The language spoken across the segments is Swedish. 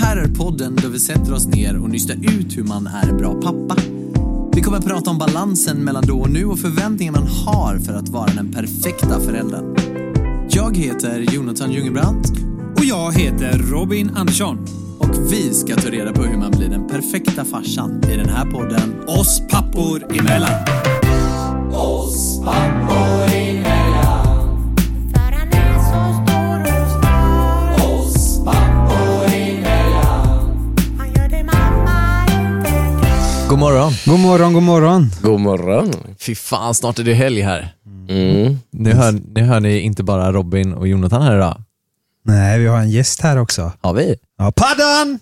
här är podden där vi sätter oss ner och nystar ut hur man är en bra pappa. Vi kommer att prata om balansen mellan då och nu och förväntningar man har för att vara den perfekta föräldern. Jag heter Jonathan Jungebrandt. Och jag heter Robin Andersson. Och vi ska ta reda på hur man blir den perfekta farsan i den här podden Oss pappor emellan. Oss pappor emellan. För han är så stor och stark. Oss pappor emellan. Han gör det mamma inte kan. God morgon. God morgon, god morgon. God morgon. Fy fan, snart är det helg här. Mm. Nu hör ni inte bara Robin och Jonathan här idag. Nej, vi har en gäst här också. Har vi? Ja, Paddan!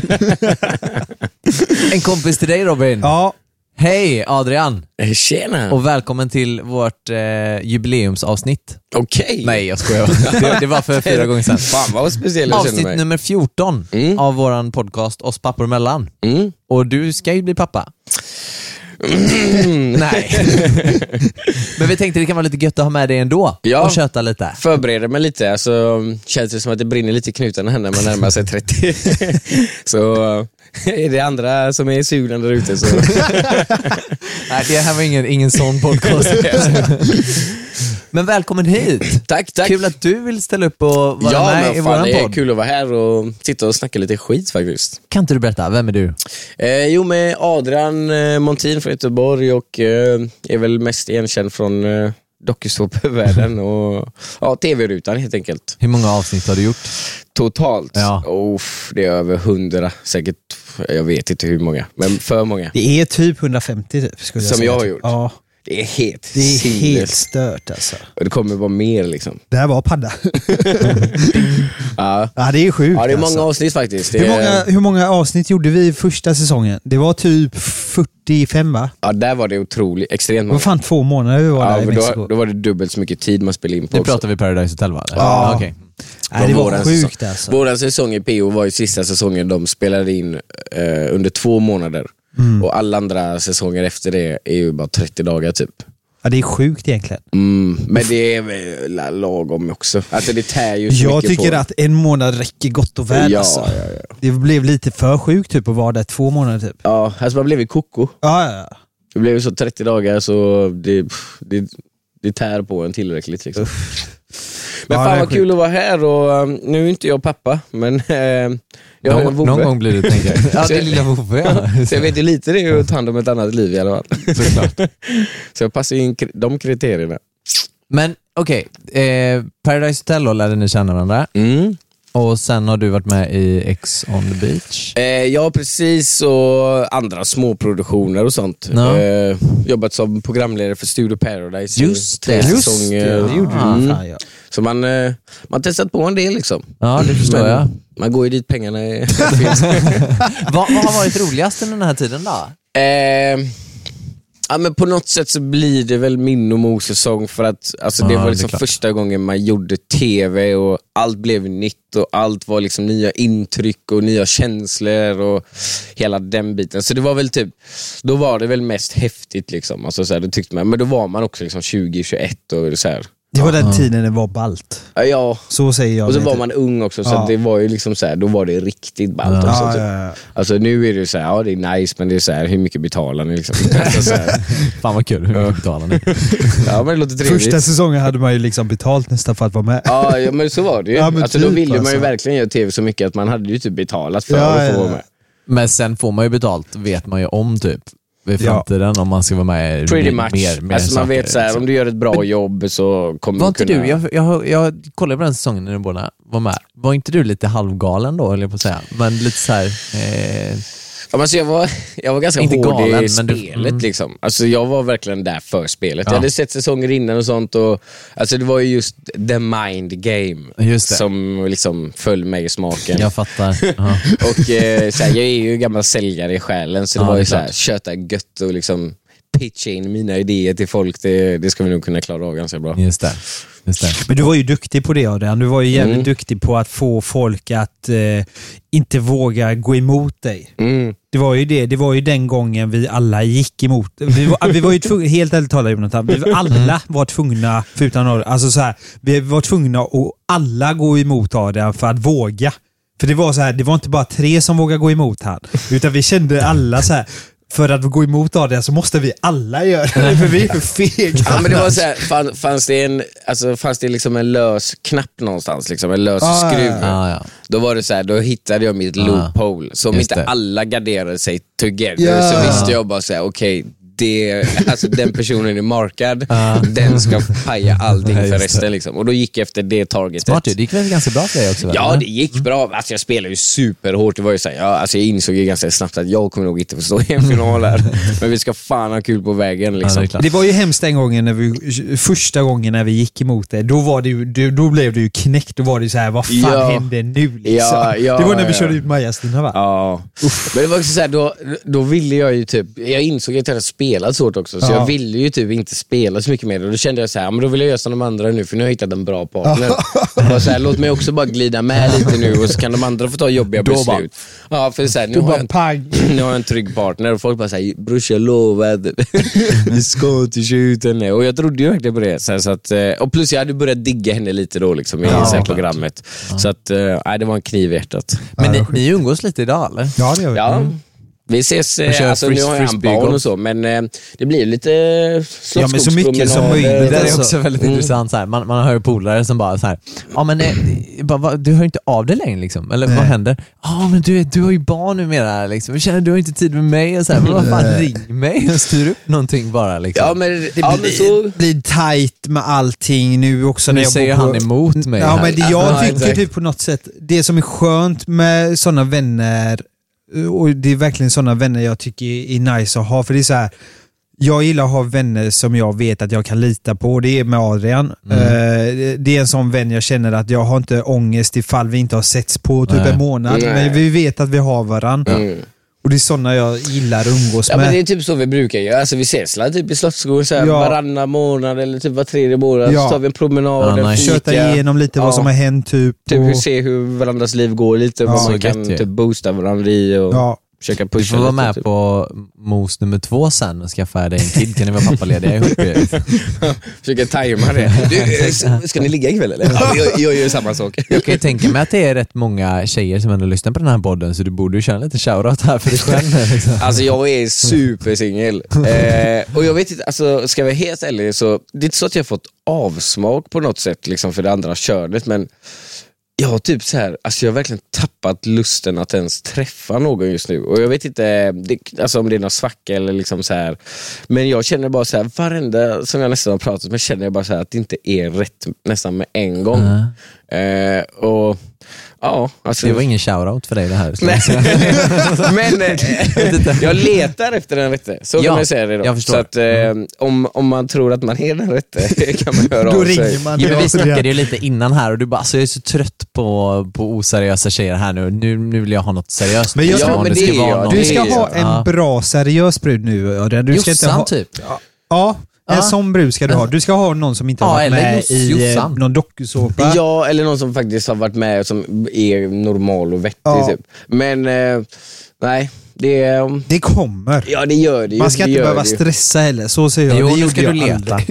En kompis till dig, Robin. Ja. Hej, Adrian. Tjena. Och välkommen till vårt jubileumsavsnitt. Okej. Nej, jag skojar. Det var för 4 gånger sedan. Fan vad speciell jag känner Avsnitt mig. nummer 14 av våran podcast Oss pappor emellan. Mm. Och du ska ju bli pappa. Nej. Men vi tänkte det kan vara lite gött att ha med dig ändå. Ja. Och köta lite. Förbereder mig lite, alltså känns det som att det brinner lite i knutarna här när man närmar sig 30. Så är det andra som är sugna där ute så... Nej, det här var ingen sån podcast. Men välkommen hit. Tack. Kul att du vill ställa upp och vara Ja, med men i fan, våran det är podd. kul att vara här och sitta och snacka lite skit faktiskt. Kan inte du berätta, vem är du? Jo, med Adrian Montin från Göteborg och är väl mest igenkänd från dokusåpvärlden och tv-rutan helt enkelt. Hur många avsnitt har du gjort? Totalt? Ja. Det är över 100, säkert, jag vet inte hur många, men för många. Det är typ 150 typ, skulle jag Som säga. jag har gjort? Ja, Det är helt det är sinnes. helt stört alltså. Och det kommer vara mer liksom. Det här var Padda. Ja, Ja, det är sjukt det är många alltså. avsnitt faktiskt. Det är, Hur många avsnitt gjorde vi i första säsongen? Det var typ 45, va? Ja, där var det otroligt, extremt Det var många. fan 2 månader vi var där i men Mexiko. då var det dubbelt så mycket tid man spelade in på Nu också. pratar vi Paradise Hotel, va? Ja. Okej. Nej, det var Våran sjukt säsong. alltså. Våran säsong i PO var ju sista säsongen de spelade in under 2 månader. Och alla andra säsonger efter det är ju bara 30 dagar typ. Ja, det är sjukt egentligen. Men det är väl lagom också. Alltså det tär ju så Jag mycket tycker på. att 1 månad räcker gott och väl Ja, alltså. ja. Det blev lite för sjukt typ att vara där 2 månader typ. Ja, alltså man blev ju koko. Ja. Det blev ju så 30 dagar så det tär på en tillräckligt liksom. Men Ja, fan det är vad kul att vara här och nu är inte jag pappa, men jag har en vovve. Någon gång blir det, tänker jag. Ja, det är lilla vovve, ja. Så jag vet ju lite det är att ta hand om ett annat liv i alla fall. Såklart. Så jag passar in de kriterierna. Men okej, Paradise Hotel då lärde ni känna varandra. Och sen har du varit med i Ex on the Beach. Ja, precis, och andra småproduktioner och sånt. Ja. Jobbat som programledare för Studio Paradise. Just i det. 3 Just säsonger. det gjorde du. Fan, ja. Så man testat på en del liksom. Ja, det förstår Men jag. man går ju dit pengarna är. Vad har varit roligast under den här tiden då? Ja, men på något sätt så blir det väl min och Mos säsong för att alltså, det Ja, var det är liksom klart. första gången man gjorde tv och allt blev nytt och allt var liksom nya intryck och nya känslor och hela den biten. Så det var väl typ, då var det väl mest häftigt liksom. Alltså, så här, det tyckte man. Men då var man också liksom 20-21 och så här. Det var den tiden det var ballt. Ja, Så säger jag. och så det var typ. man ung också så Ja. att det var ju liksom så här, då var det riktigt ballt också. Ja, Typ. ja. Alltså nu är det ju så här, ja det är nice men det är så här, hur mycket betalar ni liksom? Alltså, så här, Fan vad kul, hur mycket betalar ni? ja men det låter trevligt. Första säsongen hade man ju liksom betalt nästan för att vara med. Ja, men så var det ju. Ja, men alltså, typ, då ville man ju alltså. verkligen göra tv så mycket att man hade ju typ betalat för Ja, att få ja. vara med. Men sen får man ju betalt, vet man ju om typ i framtiden om man ska vara med i Pretty much. mer Alltså man saker, vet så här, liksom. om du gör ett bra jobb så kommer Var du inte kunna... du, jag kollade på den säsongen när du båda var med. Var inte du lite halvgalen då, eller på att säga? Men lite så här, Ja, men alltså jag var ganska Inte hård galen, i men du- spelet liksom. Alltså jag var verkligen där för spelet. Ja. Jag hade sett säsonger innan och sånt och alltså det var ju just the mind game Just det. som liksom föll mig i smaken. jag fattar. Ja. Och så här, jag är ju gammal säljare i själen så det Ja, var det ju är så här, klart. köta gött och liksom pitcha in mina idéer till folk. Det ska vi nog kunna klara av ganska bra. Just det. Men du var ju duktig på det, Adrian. Du var ju jävligt duktig på att få folk att inte våga gå emot dig. Mm. Det var ju den gången vi alla gick emot. Vi var ju tvungna, helt ärligt talat Jonathan, vi alla var tvungna, förutom några, alltså så här, vi var tvungna att alla gå emot Adrian för att våga. För det var så här, det var inte bara 3 som vågade gå emot han, utan vi kände alla så här, för att gå emot Adrian så måste vi alla göra det, för vi är för fega. Ja, men det var så här, fanns det liksom en lös knapp någonstans, liksom en lös skruv. Då var det så här, då hittade jag mitt loophole. Så om inte alla garderade sig together så visste jag bara så här, okej, den personen är markad, den ska paja allting för resten liksom. Och då gick jag efter det targetet. Smart, det gick väl ganska bra för dig också? Ja, det gick bra. Alltså, jag spelade ju superhårt. Det var ju så här, jag insåg ju ganska snabbt att jag kommer nog inte få stå i en final här. Men vi ska fan ha kul på vägen liksom. Det var ju hemskt den gången första gången när vi gick emot det. Då blev det ju knäckt. Då var det så här, vad fan hände nu liksom? Det var när vi körde ut Maja-Stina, va? Ja. Men det var också så här, då ville jag ju typ, jag insåg att jag hade spelat så hårt också, så jag ville ju typ inte spela så mycket mer. Och då kände jag så här, men då vill jag göra som de andra nu, för nu har jag hittat en bra partner. Och så här, låt mig också bara glida med lite nu, och så kan de andra få ta jobbiga beslut. Ja, för så här, nu har jag en trygg partner, och folk bara säger, brors, jag lovar, vi ska till skjuten. Och jag trodde ju verkligen på det. Så att, och plus jag hade börjat digga henne lite då liksom, i programmet. Så att, det var en kniv i hjärtat. Men ni umgås lite idag, eller? Ja, det gör vi. Ja. Vi ses, alltså nu har jag en barn och så, men det blir lite men så mycket som möjligt. Det där är också väldigt intressant. Så här. Man hör ju polare som bara så här, men du hör inte av dig längre liksom. Eller vad händer? Men du har ju barn numera liksom. Jag känner du har inte tid med mig och så här, men vad fan, ring mig och styr upp någonting bara liksom. Ja, men det blir tajt med allting nu också. Nu säger han emot mig. Ja, men jag tycker typ på något sätt, det som är skönt med sådana vänner, och det är verkligen sådana vänner jag tycker är nice att ha, för det är så här, jag gillar att ha vänner som jag vet att jag kan lita på. Det är med Adrian. Det är en sån vän jag känner att jag har inte ångest ifall vi inte har setts på typ en månad. Men vi vet att vi har varandra. Och det är sådana jag gillar att umgås med. Men det är typ så vi brukar göra. Alltså vi ses typ i Slottsskogen så här, varannan månad eller typ var 3:e månad. Så tar vi en promenad, köta igenom lite vad som har hänt typ. Se hur varandras liv går lite. Vad man kan typ boosta varandra i och försöka pusha. Du får vara med typ på mos nummer 2 sen och skaffa dig en kid. Kan ni vara pappalediga ihop? Försöka tajma det. Ska ni ligga ikväll eller? Ja, jag gör samma sak. Jag kan ju tänka mig att det är rätt många tjejer som ändå lyssnar på den här podden, så du borde ju köra lite shoutout här för dig själv. Liksom. Alltså jag är supersingel. Och jag vet inte, alltså ska vi vara helt ärlig, så det är inte så att jag har fått avsmak på något sätt liksom för det andra könet, men jag har typ så här, alltså jag har verkligen tappat lusten att ens träffa någon just nu. Och jag vet inte alltså om det är någon svacka eller liksom så här. Men jag känner bara så här, varenda som jag nästan har pratat med känner jag bara så här att det inte är rätt nästan med en gång. Och ja, alltså det var ingen shoutout för dig det här. Men jag letar efter den rätte. Så kan man säga det då. Jag förstår. Så att om man tror att man är den rätte kan man höra då av sig. Ringer man. Ja, men vi snackade ju lite innan här och du bara, alltså jag är så trött på oseriösa tjejer här nu. Nu vill jag ha något seriöst. Men jag men det är jag. Du ska ha en bra seriös brud nu. Du ska inte ha typ. Ja. En sån brud ska du ha. Du ska ha någon som inte har varit med i någon dokusåpa. Ja, eller någon som faktiskt har varit med som är normal och vettig typ. Men nej, det kommer. Ja, det gör det. Man ska inte behöva stressa heller. Så säger jag. Jo, det nu ska gjorde du jag leta.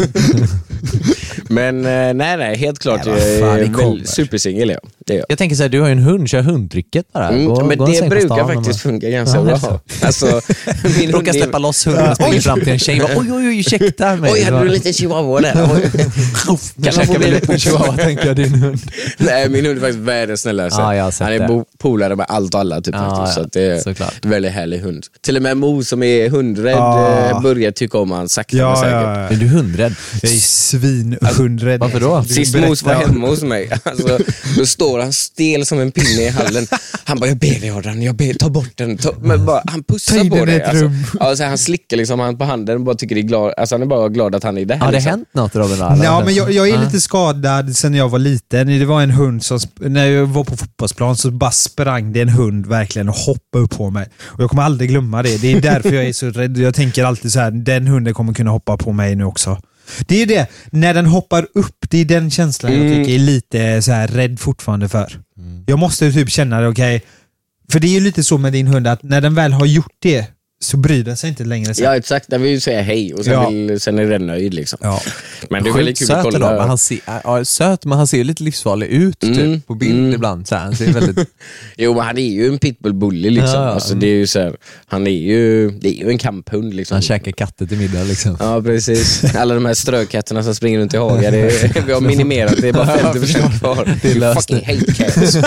Men nej, helt klart jag är supersingel. Ja. Det är jag. Jag tänker så här, du har ju en hund, kör hundtrycket bara. Men det brukar faktiskt funka ganska bra. Alltså, min råkar släppa loss hunden och springer fram till en tjej. Oj, ursäkta mig. Oj, hade du en liten chihuahua där? Kanske jag vill på chihuahua, tänkte jag, din hund. Nej, min hund är faktiskt världens snällaste. Han är polare med allt och alla typ faktiskt. Så att det är en väldigt härlig hund. Till och med Mo som är hundrädd börjar tycka om han sakta men säkert. Är du hundrädd? Jag är svinhundrädd. Varför då? Sist Mos var hemma hos mig. Alltså, då står han stel som en pinne i hallen. Han bara, jag ber dig Adrian, ta bort den. Men bara, han pussar på det. Alltså, han slickar liksom han på handen och bara tycker det är glad. Alltså, han är bara glad att han är där. Har det hänt något, Robin? Ja, men jag är lite skadad sen jag var liten. Det var en hund som, när jag var på fotbollsplan så bara sprang det en hund verkligen och hoppade upp på mig. Och jag kommer aldrig glömma det. Det är därför jag är så rädd. Jag tänker alltid så här, den hunden kommer kunna hoppa på mig nu också. Det är det, när den hoppar upp, det är den känslan jag tycker är lite så här rädd fortfarande för. Jag måste typ känna det, okej. För det är ju lite så med din hund att när den väl har gjort det, så bryr den sig inte längre sen. Ja, exakt. Den vill ju säga hej och sen är den nöjd liksom. Ja. Men det är väldigt kul att söt kolla. ändå, men söt, men han ser lite livsfarlig ut typ, på bild ibland. Så här. Han ser väldigt... Jo, men han är ju en pitbull-bully liksom. Ja. Alltså, det är ju så här, det är ju en kamphund liksom. Han käkar katter till middag liksom. Ja, precis. Alla de här strökatterna som springer runt i hagar, vi har minimerat, det är bara 50% kvar. Det är löst. Fucking hate cats.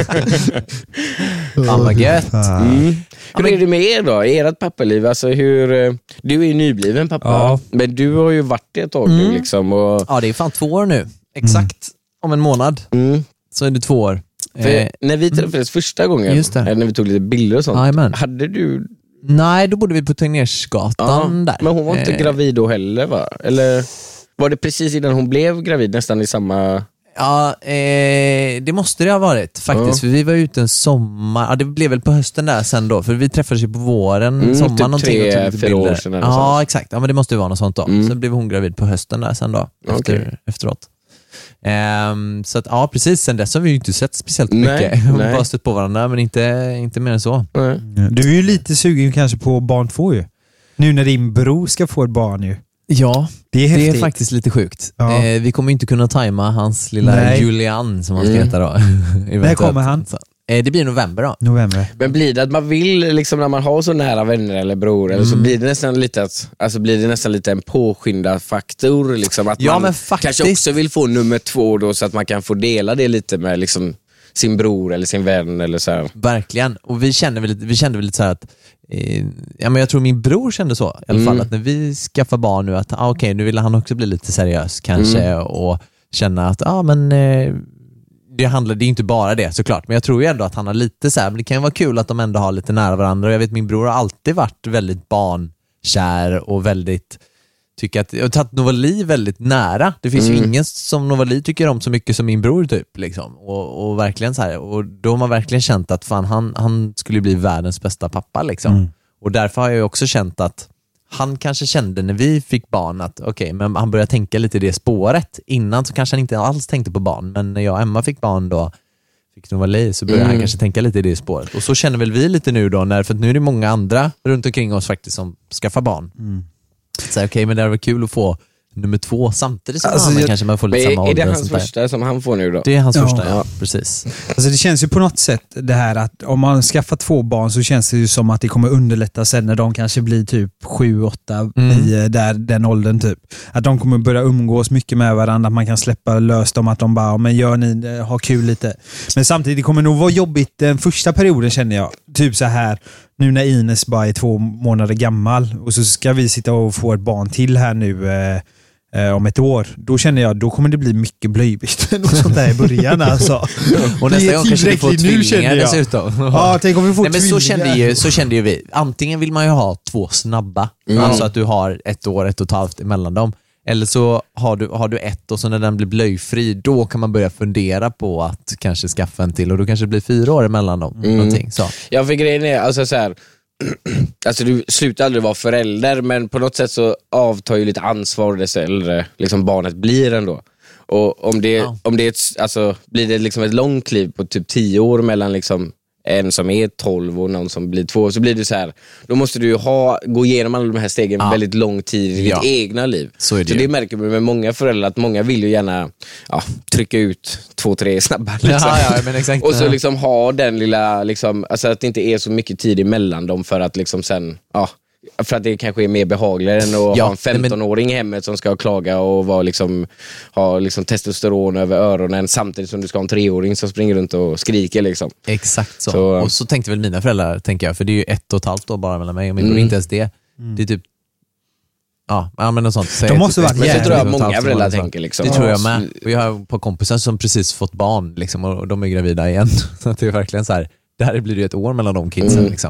Fan vad gött. Hur är det med er då? Ert pappaliv? Alltså du är ju nybliven pappa, Ja. men du har ju varit det ett tag nu liksom. Och... Ja, det är fan 2 år nu. Exakt om en månad så är det 2 år. För när vi träffades första gången, Just det. eller när vi tog lite bilder och sånt, Jajamän. hade du... Nej, då bodde vi på Tegnérsgatan där. Men hon var inte gravid då heller va? Eller var det precis innan hon blev gravid, nästan i samma... Ja, det måste det ha varit faktiskt. För vi var ute en sommar. Ja, det blev väl på hösten där sen då. För vi träffades ju på våren, sommaren typ någonting. 3-4 år sedan eller ja, exakt. Ja, men det måste ju vara något sånt då. Sen blev hon gravid på hösten där sen då. Efteråt. Så att ja, precis. Sen dess har vi ju inte sett speciellt mycket. Vi har bara stött på varandra, men inte mer än så. Nej. Du är ju lite sugen kanske på barn 2 ju. Nu när din bror ska få ett barn ju. Ja, Det är det är häftigt. faktiskt lite sjukt. Ja. Vi kommer inte kunna tajma hans lilla Julian som han ska heta då. När kommer han? Så, det blir november då. November. Men blir det att man vill, liksom, när man har så nära vänner eller bror, eller så blir det nästan lite en påskyndarfaktor liksom, att man men faktiskt. kanske också vill få nummer 2 då, så att man kan få dela det lite med liksom sin bror eller sin vän eller så här. Verkligen. Och vi kände väl lite så här att men jag tror min bror kände så i alla fall, att när vi skaffar barn nu att okej, nu vill han också bli lite seriös kanske och känna att det är inte bara det såklart, men jag tror ju ändå att han har lite så här, men det kan ju vara kul att de ändå har lite nära varandra. Och jag vet min bror har alltid varit väldigt barnkär och väldigt tycker att jag har tagit Novali väldigt nära. Det finns ju ingen som Novali tycker om så mycket som min bror typ liksom. Och verkligen så här, och då har man verkligen känt att fan han skulle bli världens bästa pappa liksom. Och därför har jag ju också känt att han kanske kände när vi fick barn att okej, men han började tänka lite i det spåret. Innan så kanske han inte alls tänkte på barn, men när jag och Emma fick barn då, fick Novali, så började han kanske tänka lite i det spåret. Och så känner väl vi lite nu då, för att nu är det många andra runt omkring oss faktiskt som skaffar barn. Så okej, men det var kul att få nummer 2 samtidigt som han kanske man får lite samma ålder. Är det hans första som han får nu då? Det är hans första, ja. Precis. Alltså det känns ju på något sätt det här att om man skaffar 2 barn så känns det ju som att det kommer underlätta sen när de kanske blir typ 7, 8, 9, där den åldern typ. Att de kommer börja umgås mycket med varandra, att man kan släppa löst dem, att de bara, men gör ni, ha kul lite. Men samtidigt kommer det nog vara jobbigt den första perioden känner jag. Typ så här, nu när Ines bara är 2 månader gammal och så ska vi sitta och få ett barn till här nu om ett år. Då känner jag, då kommer det bli mycket blöjbyten och sånt där i början alltså. Och nästa gång kanske du får tvillingar dessutom. Ja, tänk om vi får tvillingar. Men så kände ju vi. Antingen vill man ju ha 2 snabba, alltså att du har 1 år, 1,5 emellan dem. Eller så har du 1 och så när den blir blöjfri, då kan man börja fundera på att kanske skaffa en till och då kanske det blir 4 år emellan dem. Någonting, så. Ja, för grejen är, alltså så här, alltså du slutar aldrig vara förälder, men på något sätt så avtar ju lite ansvar dess äldre liksom barnet blir ändå. Och om det alltså, blir det liksom ett långt kliv på typ 10 år mellan liksom en som är 12 och någon som blir 2, så blir det så här, då måste du ju gå igenom alla de här stegen väldigt lång tid i ditt egna liv. Så det märker man med många föräldrar, att många vill ju gärna trycka ut 2-3 snabba liksom. Men exakt. Och så liksom ha den lilla liksom, alltså att det inte är så mycket tid emellan dem, för att liksom sen för att det kanske är mer behagligare än att ha en 15-åring i hemmet som ska klaga och ha liksom testosteron över öronen, samtidigt som du ska ha en 3-åring som springer runt och skriker liksom. Exakt så. Och så tänkte väl mina föräldrar, tänker jag, för det är ju 1,5 år bara mellan mig och min bror, inte ens det. Det är typ men något sånt. De måste typ vara men så tror jag många föräldrar tänker liksom. Det tror jag med. Och jag har på kompisar som precis fått barn liksom, och de är gravida igen. Så att det är verkligen så här, där blir det ju 1 år mellan de kidsen liksom.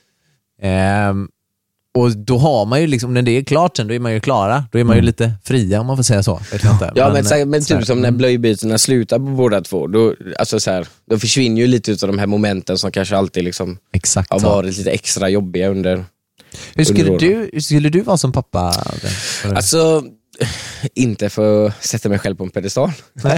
Och då har man ju liksom, när det är klart sen, då är man ju klara. Då är man ju lite fria, om man får säga så. Vet jag inte. Ja, men typ som när blöjbytena slutar på båda 2, då, alltså så här, då försvinner ju lite av de här momenten som kanske alltid liksom har varit lite extra jobbiga under. Hur skulle du vara som pappa? Alltså, inte för att sätta mig själv på en pedestal.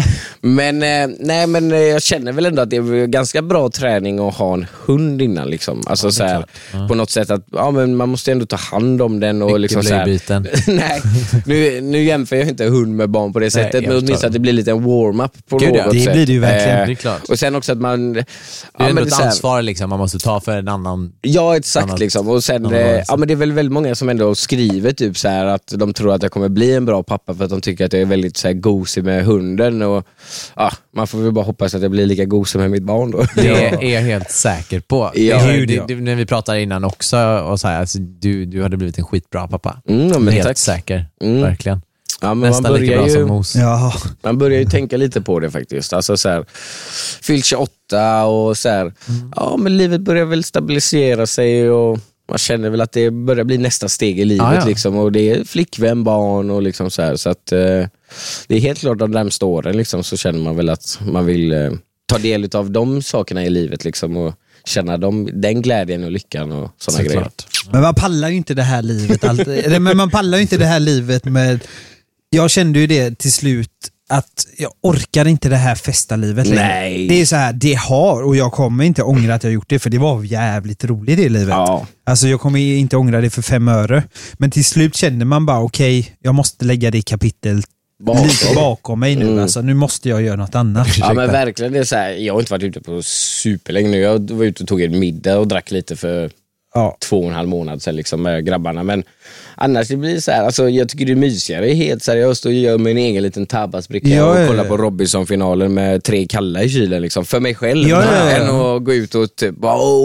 Men jag känner väl ändå att det är ganska bra träning att ha en hund innan liksom. Alltså så här, på något sätt att men man måste ändå ta hand om den och liksom så här. Nej, nu jämför jag inte hund med barn på det sättet, men åtminstone att det blir lite en warm-up på något sätt. Det blir det ju verkligen. Det är klart. Och sen också att man... Det är ändå ett ansvar liksom, man måste ta för en annan... Ja, exakt liksom. Och sen, men det är väl väldigt många som ändå skriver typ så här att de tror att jag kommer bli en bra pappa för att de tycker att jag är väldigt så här gosig med hunden. Och man får väl bara hoppas att jag blir lika gosig med mitt barn då. Det är jag helt säker på. När vi pratade innan också och så här, alltså, du hade blivit en skitbra pappa. Men helt tack. Säker, verkligen. Ja, men nästan lika bra som Mos. Ja. Man börjar ju tänka lite på det faktiskt. Alltså så här, fyllt 28 och så här, men livet börjar väl stabilisera sig och man känner väl att det börjar bli nästa steg i livet liksom, och det är flickvän, barn och liksom så här, så att det är helt klart de närmsta åren liksom, så känner man väl att man vill ta del av de sakerna i livet liksom, och känna den glädjen och lyckan och sådana grejer. Men man pallar ju inte det här livet men man pallar ju inte det här livet med... Jag kände ju det till slut att jag orkar inte det här festalivet längre. Nej. Det är så här, och jag kommer inte ångra att jag gjort det, för det var jävligt roligt det livet. Ja. Alltså jag kommer inte ångra det för 5 öre. Men till slut kände man bara okej, jag måste lägga det kapitlet lite bakom mig nu. Alltså, nu måste jag göra något annat. Ja, men verkligen, det är så här, jag har inte varit ute på superlänge nu. Jag var ute och tog en middag och drack lite för 2,5 månader sedan liksom, med grabbarna. Men annars det blir så här, alltså, jag tycker det är mysigare helt seriöst och gör min egen liten tabasbricka och kolla på Robinson-finalen med 3 kalla i kylen liksom, för mig själv. Än att gå ut och typ,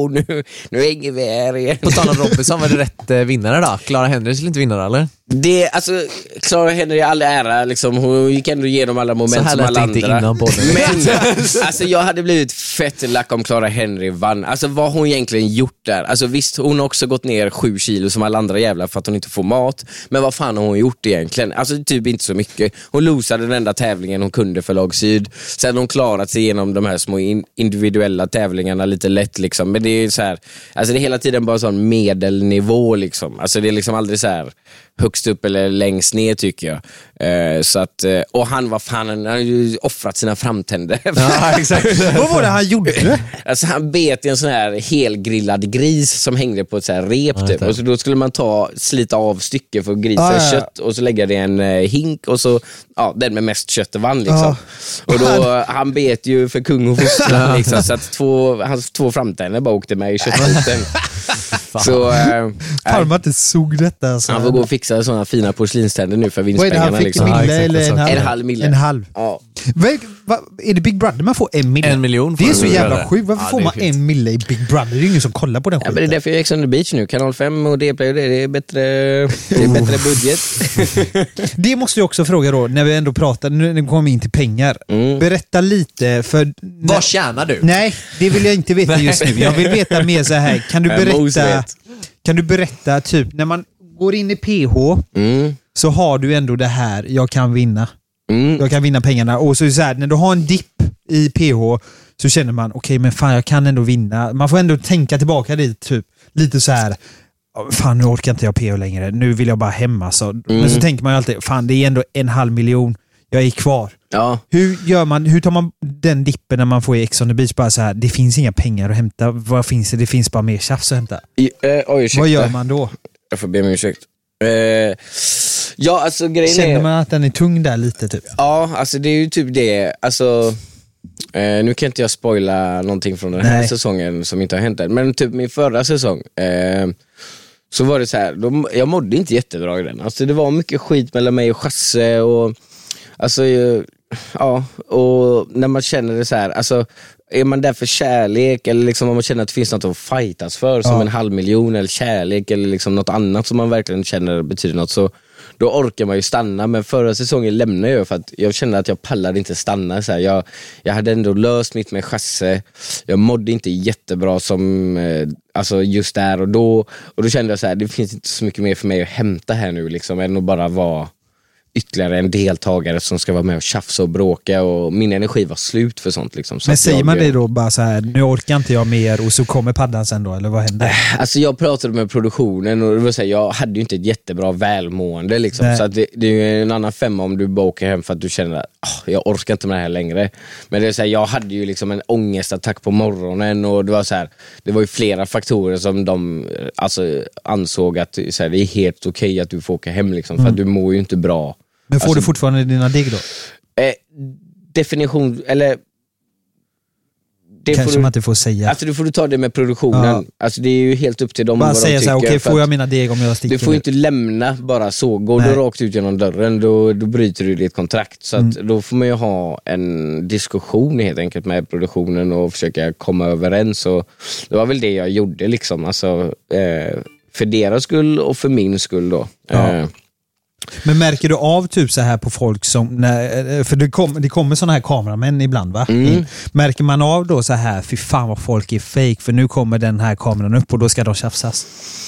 nu hänger vi här igen. På tal om Robinson, var det rätt vinnare då? Clara Henry skulle inte vinna eller? Det, alltså, Clara Henry är all ära liksom, hon gick ändå igenom alla moment som alla andra. Men alltså, jag hade blivit fett lack om Clara Henry vann. Alltså vad hon egentligen gjort där. Alltså visst, hon har också gått ner 7 kilo som alla andra jävlar för att hon inte får mat. Men vad fan har hon gjort egentligen? Alltså typ inte så mycket. Hon losade den enda tävlingen hon kunde för lag Syd. Sen har hon klarat sig igenom de här små individuella tävlingarna lite lätt liksom. Men det är så här, alltså det är hela tiden bara sån medelnivå liksom. Alltså det är liksom aldrig så här högst upp eller längst ner tycker jag. Så att, och han har ju offrat sina framtänder. Ja, exakt. Vad var det han gjorde? Alltså han bet i en sån här helgrillad gris som hängde på ett så här rep typ. Och så då skulle man slita av stycke för grisens kött och så lägga det i en hink och så den med mest kött vann liksom. Och då han bet ju för kung och fostran liksom, så att hans 2 framtänder bara åkte med i köttfoten. Så fan man inte såg detta alltså. Han får gå och fixa såna fina porslinständer nu för vinstpengarna. Vad är det, liksom. Han fick en mille eller en halv mille? En halv. Ja. Är det Big Brother man får 1 miljon? 1 miljon. Det är så jävla sjukt. Varför får man 1 mille i Big Brother? Det är ju ingen som kollar på den skiten. Men det är därför jag är Ex on the Beach nu. Kanal 5 och Dplay och det är bättre budget. Det måste jag också fråga då, när vi ändå pratar, nu kommer vi in till pengar. Berätta lite för... Vad tjänar du? Nej, det vill jag inte veta just nu. Jag vill veta mer så här. Kan du berätta typ, när man går in i PH så har du ändå det här, jag kan vinna. Jag kan vinna pengarna. Och så är det så här, när du har en dipp i PH så känner man, okej, men fan jag kan ändå vinna. Man får ändå tänka tillbaka dit typ, lite så här, fan nu orkar inte jag PH längre, nu vill jag bara hemma så. Men så tänker man ju alltid, fan det är ändå 1,5 miljon, jag är kvar. Ja. Hur tar man den dippen när man får i Ex on the Beach, bara så här, det finns inga pengar att hämta, vad finns det? Det finns bara mer tjafs att hämta. Vad gör man då? Jag får be om ursäkt. Ja, alltså grejen känner man att den är tung där lite typ? Ja, alltså det är ju typ det. Alltså nu kan inte jag spoila någonting från den här säsongen som inte har hänt än, men typ min förra säsong så var det så här, jag mådde inte jättebra i den. Alltså det var mycket skit mellan mig och Chasse och alltså och när man känner det så här, alltså är man där för kärlek eller liksom om man känner att det finns något att fightas för som 1,5 miljon eller kärlek eller liksom något annat som man verkligen känner betyder något, så då orkar man ju stanna. Men förra säsongen lämnade jag för att jag kände att jag pallade inte stanna så här. Jag hade ändå löst mitt med Chasse. Jag mådde inte jättebra som alltså just där och då kände jag så här, det finns inte så mycket mer för mig att hämta här nu liksom, än att bara vara ytterligare en deltagare som ska vara med och tjafsa och bråka, och min energi var slut för sånt liksom. Så men säger man det då bara så här, nu orkar inte jag mer, och så kommer paddan sen då, eller vad händer? Alltså jag pratade med produktionen och det var så här, jag hade ju inte ett jättebra välmående liksom. Så att det är ju en annan femma om du bara åker hem för att du känner att jag orkar inte med det här längre. Men det är så här, jag hade ju liksom en ångestattack på morgonen, och det var så här, det var ju flera faktorer som de alltså ansåg att så här, det är helt okej att du får åka hem liksom, för att du mår ju inte bra. Men får du fortfarande dina digg då? Definition, eller det kanske man inte får säga. Alltså du får ta det med produktionen. Ja. Alltså det är ju helt upp till dem bara vad säga de tycker. Bara säga, okej, får jag mina deg om jag sticker? Du får inte lämna bara så. Går du rakt ut genom dörren, då bryter du ditt kontrakt. Så att då får man ju ha en diskussion helt enkelt med produktionen och försöka komma överens. Och det var väl det jag gjorde liksom. Alltså, för deras skull och för min skull då. Ja. Men märker du av typ så här på folk som, för det kommer såna här kameramän ibland va? Märker man av då så här, fy fan vad folk är fake, för nu kommer den här kameran upp och då ska de tjafsas?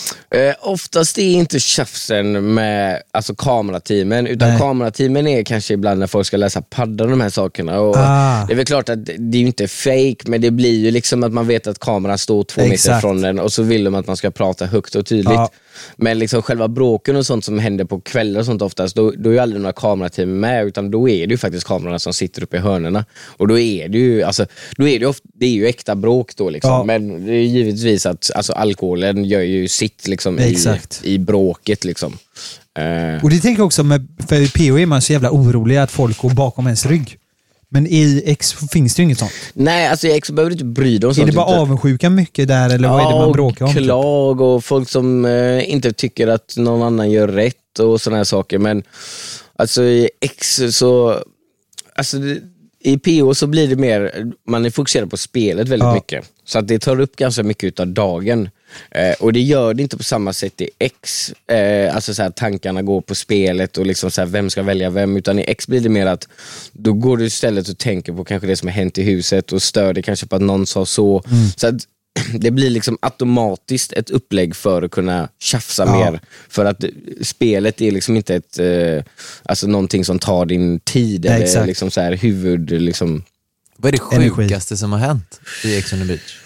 Oftast är inte tjafsen med alltså kamerateamen, utan kamerateamen är kanske ibland när folk ska läsa paddan de här sakerna, och det är väl klart att det är ju inte fake, men det blir ju liksom att man vet att kameran står 2 meter från den, och så vill de att man ska prata högt och tydligt. Men liksom själva bråken och sånt som händer på kvällar och sånt oftast, då är ju aldrig några kamerateam med, utan då är det ju faktiskt kamerorna som sitter uppe i hörnerna, och då är det ju alltså, då är det ofta, det är ju äkta bråk då liksom. Men det är givetvis att alltså, alkoholen gör ju sitt liksom i bråket liksom. Och det tänker jag också med, för i PO är man så jävla orolig att folk går bakom ens rygg. Men i X finns det ju inget sånt. Nej, alltså i X behöver du inte bry dig om sånt. Är det bara avundsjuka mycket där, eller vad är det man bråkar om? Klag och folk som inte tycker att någon annan gör rätt och såna här saker. Men alltså i X så, alltså i PO så blir det mer, man är fokuserad på spelet väldigt mycket. Så att det tar upp ganska mycket av dagen. Och det gör det inte på samma sätt i X. Alltså så här, tankarna går på spelet och liksom så här, vem ska välja vem. Utan i X blir det mer att då går du istället och tänker på kanske det som har hänt i huset och stör det kanske på att någon sa så. Så att det blir liksom automatiskt ett upplägg för att kunna tjafsa mer. För att spelet är liksom inte ett alltså någonting som tar din tid eller liksom så här huvud liksom. Vad är det sjukaste som har hänt i Ex on the Beach?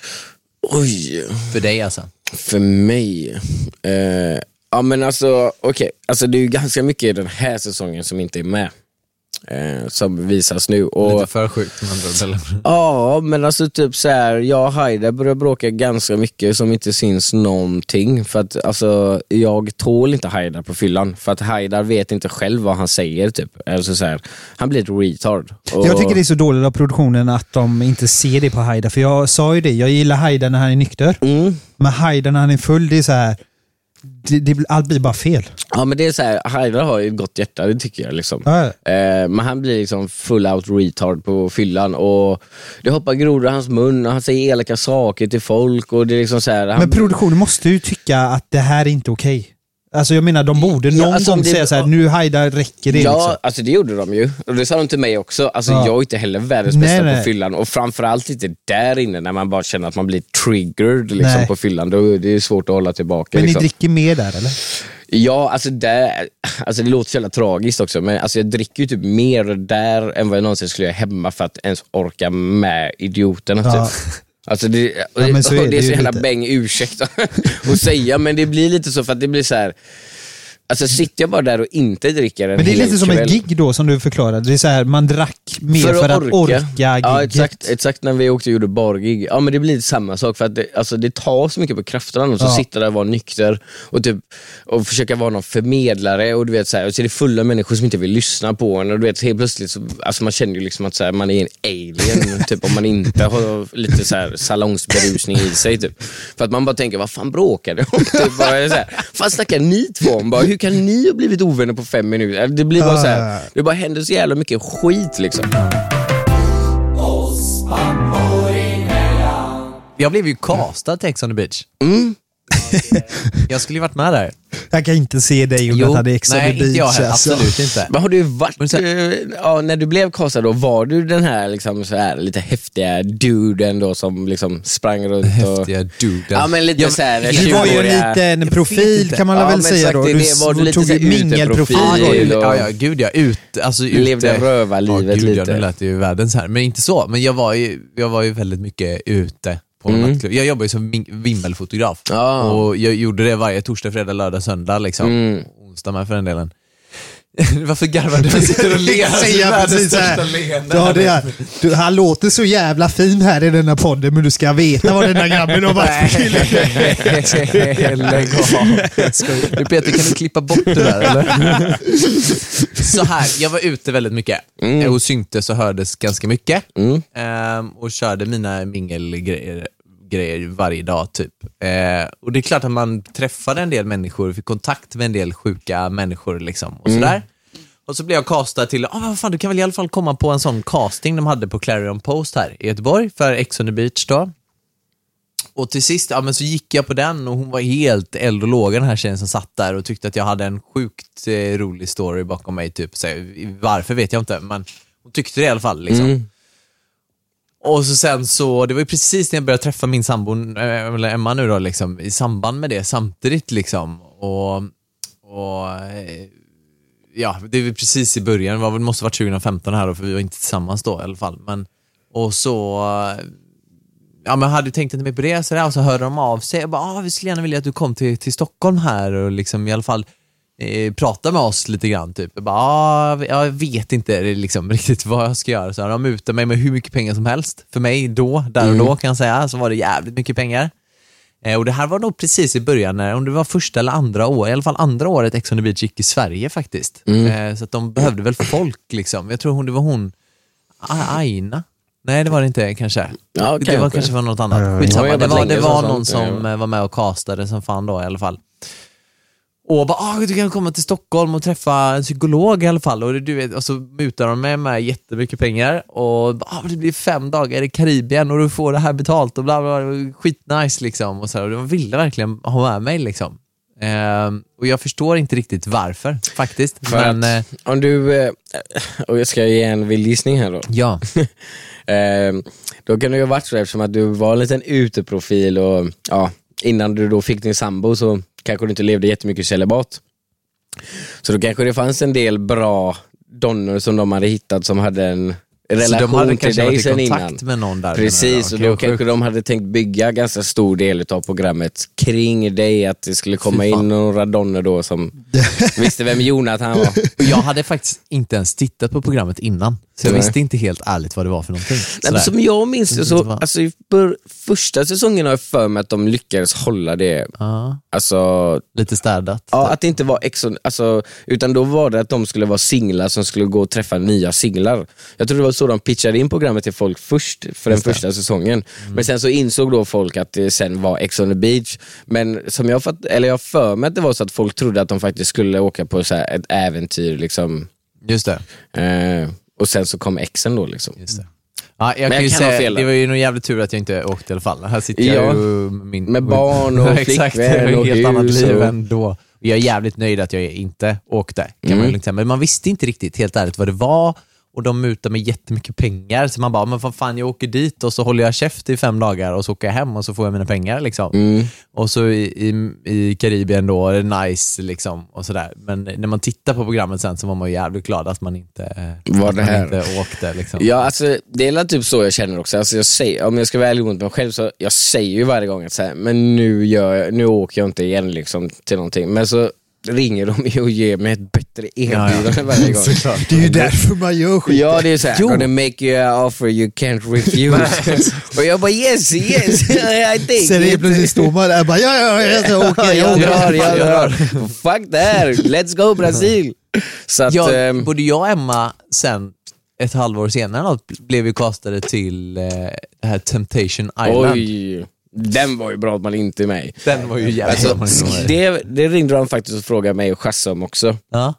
Oj. För dig alltså? För mig? Ja men alltså, okej. Alltså det är ju ganska mycket i den här säsongen som inte är med. Som visas nu. Och lite för sjukt. Ja, men alltså typ så här, jag och Haidar börjar bråka ganska mycket som inte syns någonting. För att alltså, jag tål inte Haidar på fyllan. För att Haidar vet inte själv vad han säger typ. Alltså så här, han blir ett retard. Och jag tycker det är så dåligt av produktionen att de inte ser det på Haidar. För jag sa ju det, jag gillar Haidar när han är nykter. Men Haidar när han är full, det är så här, allt blir bara fel. Ja men det är så här, Haidar har ju ett gott hjärta, det tycker jag liksom. Men han blir liksom full out retard på fyllan, och det hoppar grodor i hans mun och han säger elaka saker till folk, och det är liksom så här, men produktionen måste ju tycka att det här är inte okej. Alltså jag menar, de borde någon gång säga så här, nu Haidar räcker det liksom. Alltså det gjorde de ju. Och det sa de till mig också. Alltså jag är inte heller världens bästa på fyllan. Och framförallt inte där inne när man bara känner att man blir triggered liksom, på fyllan. Då det är svårt att hålla tillbaka. Men liksom. Ni dricker mer där eller? Ja, alltså det låter så jävla tragiskt också. Men alltså jag dricker ju typ mer där än vad jag någonsin skulle göra hemma för att ens orka med idioterna typ. Alltså det är så jävla bäng ursäkta att säga, men det blir lite så för att det blir så här. Alltså sitter jag bara där och inte dricker en. Men det är lite som ett gig då som du förklarade. Det är så här, man drack mer för att orka gigget. Ja, exakt när vi åkte och gjorde bargig. Ja, men det blir lite samma sak för att det tar så mycket på krafterna och så sitter där och vara nykter och typ och försöka vara någon förmedlare, och du vet så här, och så är det fulla människor som inte vill lyssna på en, och du vet helt plötsligt så, alltså man känner ju liksom att så här, man är en alien typ om man inte har lite så här salongsberusning i sig typ. För att man bara tänker, vad fan bråkar det om? Typ bara så här, fan snackar ni två om bara, hur kan ni ha blivit ovänner på 5 minuter? Det blir bara så här, det bara händer så jävla mycket skit liksom. Jag blev ju castad till Ex on the Beach. Jag skulle ju varit med där. Jag kan inte se dig om att hade Ex on the nej, Beach. inte jag heller, alltså. absolut inte. Men har du varit, när du blev castad då, var du den här liksom så här lite häftiga duden då som liksom sprang runt och... Häftiga duden. Ja, men lite så här, Du var ju en liten profil kan man väl säga då. Du tog ju mingelprofil. Ja, gud jag levde rövarlivet lite. lite. Nu lät det ju världens här, men inte så. Men jag var ju väldigt mycket ute på nattklubb. Jag jobbar ju som vimmelfotograf. Och jag gjorde det varje torsdag, fredag, lördag, söndag liksom. Onsdag med för den delen. Varför garvar du? Han sitter och ler. Säger precis här. Han låter så jävla fin här i denna podden, men du ska veta vad den där grabben har varit för kille. Lägg av. Du Peter, kan du klippa bort det där eller? Så här, jag var ute väldigt mycket. Och syntes och hördes ganska mycket. Och körde mina mingelgrejer varje dag typ. Och det är klart att man träffade en del människor, fick kontakt med en del sjuka människor liksom och sådär. Och så blev jag castad till, vad fan, du kan väl i alla fall komma på en sån casting de hade på Clarion Post här i Göteborg för Ex on the Beach då. Och till sist, men så gick jag på den och hon var helt eld och låga, den här tjejen som satt där och tyckte att jag hade en sjukt rolig story bakom mig typ. Så varför vet jag inte, men hon tyckte det i alla fall liksom. Och så sen så, det var ju precis när jag började träffa min sambo, eller Emma nu då liksom, i samband med det samtidigt liksom. Och ja, det var precis i början, det måste ha varit 2015 här då, för vi var inte tillsammans då i alla fall. Men, och så, ja men jag hade tänkt inte mer på det, så hörde de av sig. Jag bara, vi skulle gärna vilja att du kom till Stockholm här och liksom i alla fall prata med oss lite grann typ. Jag bara, jag vet inte liksom riktigt vad jag ska göra. Så de mutar mig med hur mycket pengar som helst. För mig då, där och då kan jag säga, så var det jävligt mycket pengar. Och det här var nog precis i början, när, om det var första eller andra år, i alla fall andra året Ex on the Beach gick i Sverige faktiskt. Så att de behövde väl folk liksom. Jag tror det var hon Aina. Nej, det var det inte kanske. Ja, det var kanske var något annat. Skitsamma. Det var någon som var med och castade som fan då i alla fall. Och bara, du kan komma till Stockholm och träffa en psykolog i alla fall. Och du vet, och så mutar de med jättemycket pengar. Och det blir 5 dagar i Karibien och du får det här betalt och bla bla bla. Skitnice liksom. Och så här, och de ville verkligen ha med mig liksom. Och jag förstår inte riktigt varför faktiskt. Men om du, och jag ska ge en vild gissning här då. Ja. Då kan det ju ha varit så, eftersom att du var en liten uteprofil och innan du då fick din sambo så kanske du inte levde jättemycket celibat. Så då kanske det fanns en del bra donnor som de hade hittat som hade en relation till dig sen innan. Med någon där. Precis, och då kanske de hade tänkt bygga ganska stor del av programmet kring dig, att det skulle komma in några donner då som visste vem Jonathan var. Jag hade faktiskt inte ens tittat på programmet innan, så jag visste inte helt ärligt vad det var för någonting. Nej, som jag minns så, alltså för första säsongen har jag för mig att de lyckades hålla det alltså, lite städat. Ja, att det inte var utan då var det att de skulle vara singlar som skulle gå och träffa nya singlar. Jag tror det var så de pitchade in programmet till folk först för den första säsongen. Men sen så insåg då folk att det sen var Ex on the Beach. Men som jag jag för mig att det var så att folk trodde att de faktiskt skulle åka på så här ett äventyr liksom. Just det. Och sen så kom exen då liksom. Just det. Ja, jag kan ju säga, det var ju nog jävligt tur att jag inte åkte i alla fall. Här sitter jag ju med barn och flickvän och helt annat liv ändå. Jag är jävligt nöjd att jag inte åkte, kan man lugnt säga. Men man visste inte riktigt helt ärligt vad det var. Och de mutar med jättemycket pengar. Så man bara, men vad fan, jag åker dit och så håller jag käft i 5 dagar och så åker jag hem och så får jag mina pengar liksom. Och så i Karibien då är det nice liksom och sådär. Men när man tittar på programmet sen så var man ju jävligt glad att man inte åkte liksom. Ja, alltså det är typ så jag känner också. Alltså jag säger, om jag ska vara ärlig mot mig själv, så jag säger ju varje gång att så här, men nu åker jag inte igen liksom till någonting. Men så ringer de ju och ger mig ett bättre erbjudande varje gång. Det är ju därför man gör skit. Ja, det är såhär, gonna make you an offer you can't refuse. Och jag bara, yes, I think. Sen är det plötsligt står man där, bara, jag åker. Fuck that, let's go Brasil. Så att, både jag och Emma sen ett halvår senare blev vi kastade till det här Temptation Island. Oj. Den var ju bra att man inte är med. Den var ju jävligt alltså, det ringde de faktiskt och frågade mig och Chasse om också. Ja.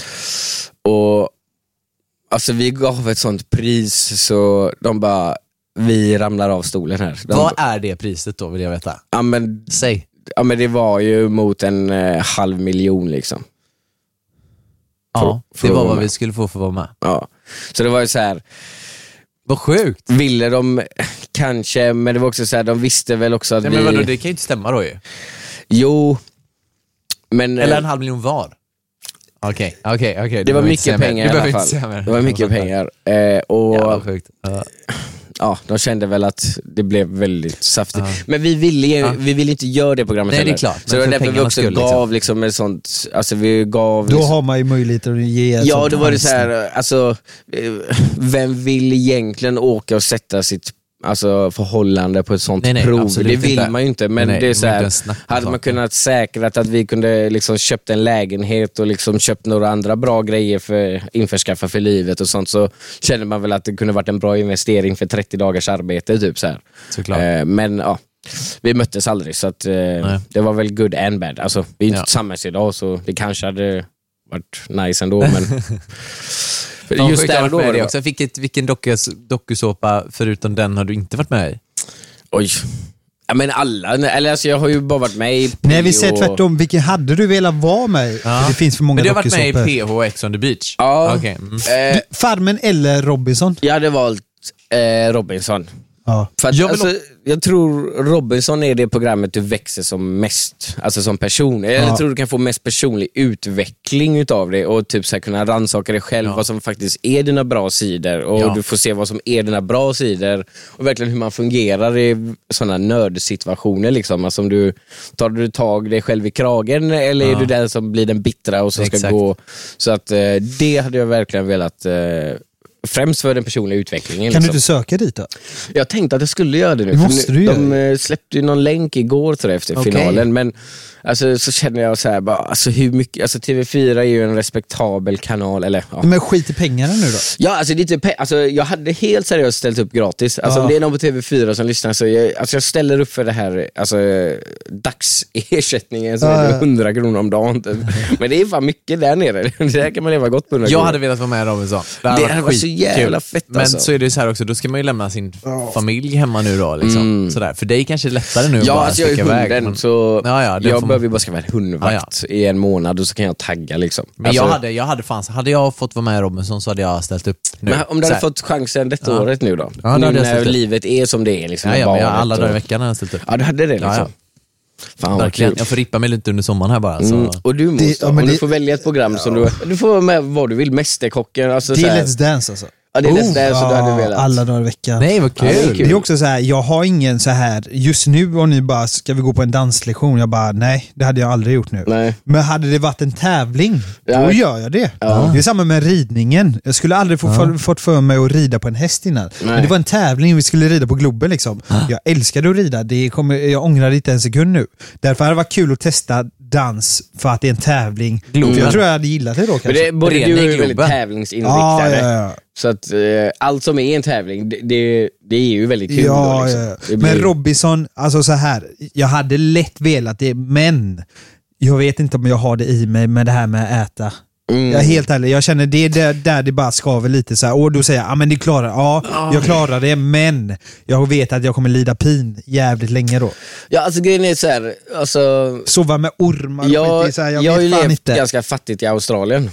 Och alltså vi gav ett sånt pris så de bara, vi ramlar av stolen här. Vad är det priset då, vill jag veta? Ja men, Säg. ja, men det var ju mot en 500 000 liksom. Ja, för det att var vara vad med. vi skulle få för att vara med. Ja. Så det var ju så här. Vad sjukt. Ville de kanske, men det var också så här, de visste väl också att Nej, vi... men vadå, det kan ju inte stämma då ju. Jo, men... Eller 500 000 var. Okej. Det var mycket pengar i alla fall. Det var mycket pengar. Och Ja, vad sjukt. ja, de kände väl att det blev väldigt saftigt. Men vi ville inte göra det programmet. Nej, det är heller. klart. Så det var därför vi också gav liksom ett sånt, alltså vi gav... Då har man ju möjlighet att ge ett Ja, sånt då var det så chansning. här, alltså vem vill egentligen åka och sätta sitt förhållande på ett sånt Nej, prov? absolut Det vill inte. man ju inte, men Nej, det är det så var här, inte ens snack om hade man saken. kunnat säkra att vi kunde liksom köpt en lägenhet och liksom köpt några andra bra grejer för införskaffa för livet och sånt, så känner man väl att det kunde varit en bra investering för 30 dagars arbete typ så här. Såklart. Men ja, vi möttes aldrig, så att det var väl good and bad. Alltså, vi är inte tillsammans idag, så det kanske hade varit nice ändå, men just där då var det också. Vilken dokusåpa förutom den har du inte varit med i? Oj. Ja, men alla, eller alltså jag har ju bara varit med i Nej, vi säger tvärtom. Vilken hade du velat vara med i? För det finns för många Men du har varit med i dokusåpor. PH X on the beach? Ja. Okej. Farmen eller Robinson? Jag hade valt Robinson. Ja. För att, Jag vill jag tror Robinson är det programmet du växer som mest, alltså som person. Jag tror du kan få mest personlig utveckling utav det och typ så här kunna rannsaka dig själv, vad som faktiskt är dina bra sidor, och du får se vad som är dina bra sidor och verkligen hur man fungerar i sådana nördsituationer liksom. Alltså om tar du tag dig själv i kragen, eller är du den som blir den bittra och som ska gå, så att det hade jag verkligen velat främst för den personliga utvecklingen. Kan du liksom. inte söka dit då? Jag tänkte att jag skulle göra det nu. Det måste du göra. De släppte ju någon länk igår tror jag, efter finalen, men alltså, så känner jag så här, bara, alltså, hur mycket, alltså, TV4 är ju en respektabel kanal, eller ja. Men skit i pengarna nu då? Ja, alltså, det är typ, alltså, jag hade helt seriöst ställt upp gratis. Alltså, om det är någon på TV4 som lyssnar, så jag ställer upp för det här, alltså, dagsersättningen som är 100 kronor om dagen. Typ. Men det är fan mycket där nere. Det där kan man leva gott på 100 Jag kronor. hade velat vara med i Robinson. Det hade varit så jävla fett, Men alltså. så är det ju så här också, då ska man ju lämna sin familj hemma nu då liksom. Sådär. För dig kanske det är lättare nu att Ja, bara alltså jag är sticka iväg, hunden, men- så det jag får man- behöver ju bara skaffa en hundvakt i en månad, och så kan jag tagga liksom. Men Alltså, hade jag fått vara med i Robinson så hade jag ställt upp nu. men om du Så hade här. fått chansen detta året nu då? Ja, då nu hade jag när ställt upp. livet är som det är liksom. Ja, med men jag, barnet alla dagar i och... veckan har jag ställt upp. Ja, du hade det liksom. Ja. Fan vad Verkligen. kul. Jag får rippa mig lite under sommaren här bara. Så. Och du måste, men om du det- får välja ett program som du får vara med vad du vill, Mästerkocken, alltså Det så är här. Let's Dance alltså. Ja, det är Let's Dance som du hade velat. Alla dagar i veckan. Nej, vad kul. Ja, det är kul. Det är också så här, jag har ingen så här just nu, och ni bara, ska vi gå på en danslektion? Jag bara, nej, det hade jag aldrig gjort nu. Nej. Men hade det varit en tävling, Ja. då gör jag det. Det är samma med ridningen. Jag skulle aldrig fått för mig att rida på en häst innan. Men det var en tävling, vi skulle rida på Globen liksom. Jag älskade att rida, jag ångrar inte en sekund nu. Därför hade det varit kul att testa dans för att det är en tävling. För jag tror jag hade gillat det då kanske. Men det, både Rening du är i ju väldigt Globen. tävlingsinriktade. Ja. Så att allt som är en tävling, det är ju väldigt kul då, liksom. Det blir... Men Robinson, alltså så här, jag hade lätt velat det, men jag vet inte om jag har det i mig med det här med att äta. Jag är helt ärlig, jag känner det är där det bara skaver lite så här, och då säger jag, men det klarar jag klarar det, men jag vet att jag kommer lida pin jävligt länge då. Ja, alltså grejen är så här, alltså... Sova med ormar och skit, det är så här, jag har ju vet fan levt inte. ganska fattigt i Australien.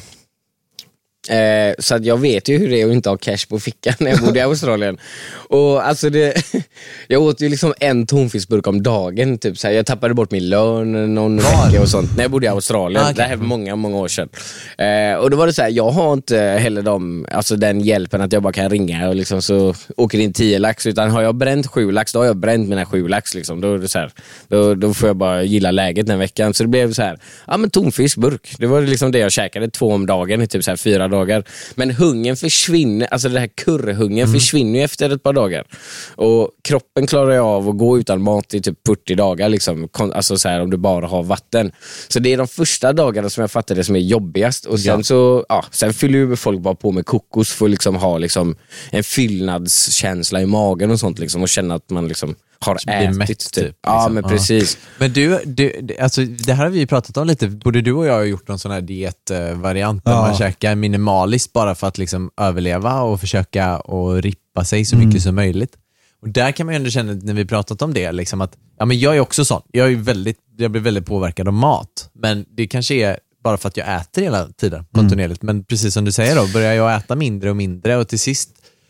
Så att jag vet ju hur det är att inte ha cash på fickan när jag bodde i Australien. Och alltså jag åt ju liksom en tonfiskburk om dagen typ så här. Jag tappade bort min lön någon vecka och sånt när jag bodde i Australien. Det här var många år sedan. Och då var det så här, jag har inte heller alltså den hjälpen att jag bara kan ringa och liksom så åker in 10 lax, utan har jag bränt 7 lax, då har jag bränt mina 7 lax liksom. Då är det så här, då får jag bara gilla läget den veckan. Så det blev så här, men tonfiskburk. Det var liksom det jag käkade 2 om dagen i typ så här 4 dagar. Men hungern försvinner, alltså det här kurrhungern försvinner ju efter ett par dagar. Och kroppen klarar jag av att gå utan mat i typ 40 dagar liksom, alltså så här, om du bara har vatten. Så det är de första dagarna som jag fattar det som är jobbigast. Och sen sen fyller ju folk bara på med kokos för att liksom ha liksom en fyllnadskänsla i magen och sånt liksom, och känna att man liksom har blir ätit mätt, typ. liksom. Ja, men precis. Men du, alltså det här har vi ju pratat om lite. Både du och jag har gjort någon sån här dietvariant där man käkar minimaliskt bara för att liksom överleva och försöka och rippa sig så mycket som möjligt. Och där kan man ju ändå känna, när vi pratat om det, liksom att ja, men jag är också sån. Jag blir väldigt påverkad av mat. Men det kanske är bara för att jag äter hela tiden kontinuerligt. Men precis som du säger då, börjar jag äta mindre och mindre och till sist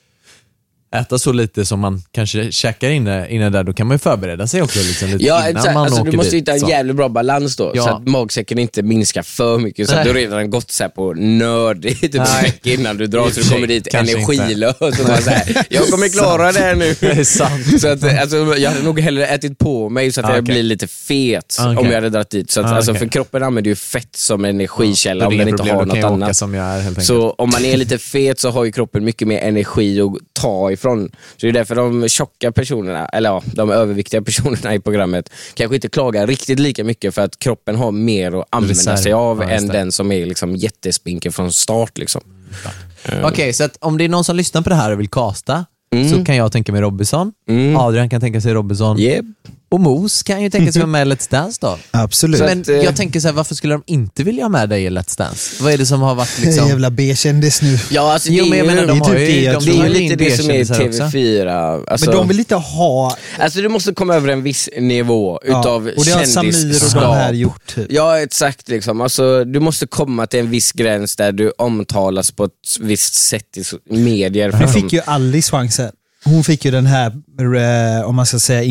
äta så lite som man kanske käkar inne där, då kan man ju förbereda sig också liksom, lite innan man åker du måste dit, hitta en så. jävligt bra balans då, Ja. så att magsäcken inte minskar för mycket, så att du redan gått så här på nörd i typ en vecka innan du drar, så du kommer dit Kanske energilös och bara så här, jag kommer klara det här nu. Det är sant. Så att, alltså, jag hade nog hellre ätit på mig så att jag blir lite fet om jag hade dragit dit, så att, alltså, för kroppen använder ju fett som energikälla om den inte har något annat. Som jag är, helt enkelt. Så om man är lite fet så har ju kroppen mycket mer energi att ta ifrån. Så det är därför de tjocka personerna, eller ja, de överviktiga personerna i programmet kanske inte klagar riktigt lika mycket, för att kroppen har mer att använda sig av än den som är liksom jättespinken från start liksom. Okej, så att om det är någon som lyssnar på det här och vill casta, så kan jag tänka mig Robinson. Adrian kan tänka sig Robinson. Yep. Och Mos kan ju tänka sig vara med i Let's Dance då. Absolut. Så Men att, jag tänker så här, varför skulle de inte vilja ha med dig i Let's Dance? Vad är det som har varit liksom... Jävla B-kändis nu. Ja, alltså, Jo, men jag menar, de har ju... det är det är ju in lite det som är B-kändisar också. TV4. Alltså, Men de vill inte ha... alltså du måste komma över en viss nivå utav och det har Samir och de här gjort. Typ. Ja, exakt liksom. Alltså, du måste komma till en viss gräns där du omtalas på ett visst sätt i medier. Nu fick ju Alice chansen. Hon fick ju den här, om man ska säga,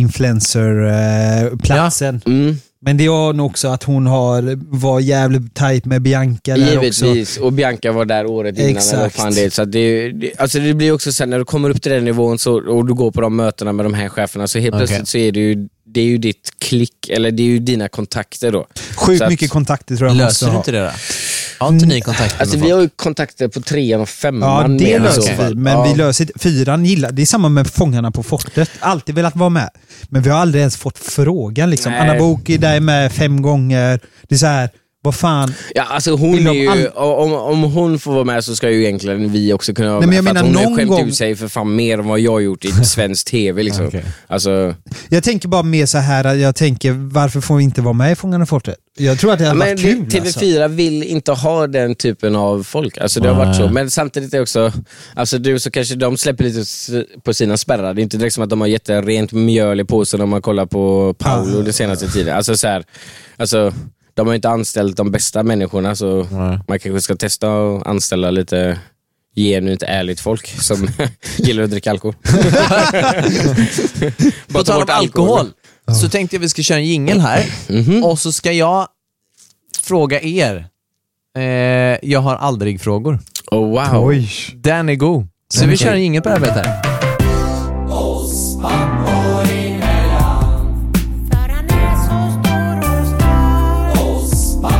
influencer-platsen. Men det var nog också att hon var jävligt tajt med Bianca där givetvis, också. och Bianca var där året innan. Exakt. Eller fan det, så att alltså det blir också sen när du kommer upp till den nivån och du går på de mötena med de här cheferna, så helt plötsligt så är det är ju ditt klick, eller det är ju dina kontakter då. Sjukt mycket kontakter tror jag man måste Löser du ha. inte det där? Har inte ni kontakter Alltså med vi folk? har ju kontakter på 3:an och 5:an. Ja, det med löser så. vi. Men Ja. vi löser 4:an gillar. Det är samma med Fångarna på fortet. Alltid velat vara med. Men vi har aldrig ens fått frågan liksom. Nej. Anna Boki där är med 5 gånger. Det är så här, vad fan. Ja, alltså hon Vill är de ju, om hon får vara med så ska ju egentligen vi också kunna vara Nej, men med. jag För att menar hon har någon skämt gång- ut sig för fan mer än vad jag har gjort i svensk tv liksom. Okej. Alltså, Jag tänker bara mer så här, jag tänker varför får vi inte vara med i Fångarna på fortet? Jag tror att det hade men varit kul. TV4 vill inte ha den typen av folk. Alltså det har varit så. Men samtidigt är också, alltså du, så kanske de släpper lite på sina spärrar. Det är inte direkt som att de har jätterent mjöl i påsen om man kollar på Paolo det senaste tiden. Alltså så här, alltså de har inte anställt de bästa människorna, så man kanske ska testa att anställa lite genuint ärligt folk som gillar att dricka alkohol. På tal om alkohol, så tänkte jag vi ska köra en jingle här. Och så ska jag fråga er. Jag har aldrig frågor. Oh, wow. Oj. Den är god. Så vi kör en jingle på det här, vet jag. För han är så stor och stark.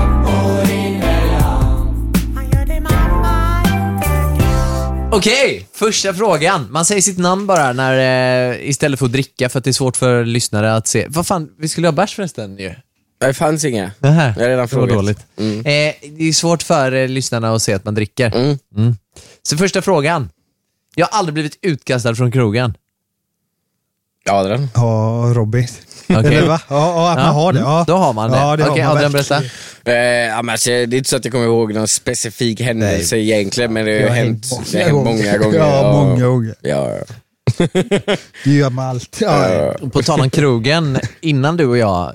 Han gör dig mamma inte glad. Okej, första frågan. Man säger sitt namn bara när, istället för att dricka, för att det är svårt för lyssnare att se. Vad fan, vi skulle ha bärs förresten ju. Det fanns inga. Nähä, Jag har redan det var frågat. dåligt. Det är svårt för lyssnarna att se att man dricker. Så första frågan. Jag har aldrig blivit utkastad från krogen. Adrian. Ja, Robin. Okej. Eller va? Ja, att man har det. Ja. Då har man det. Ja, det har Okej, man Adrian, verkligen. berätta. Ja, men alltså, det är inte så att jag kommer ihåg någon specifik händelse egentligen, men det har hänt många gånger. Ja, många gånger. Ja. Det gör man allt. Ja. På tal om krogen, innan du och jag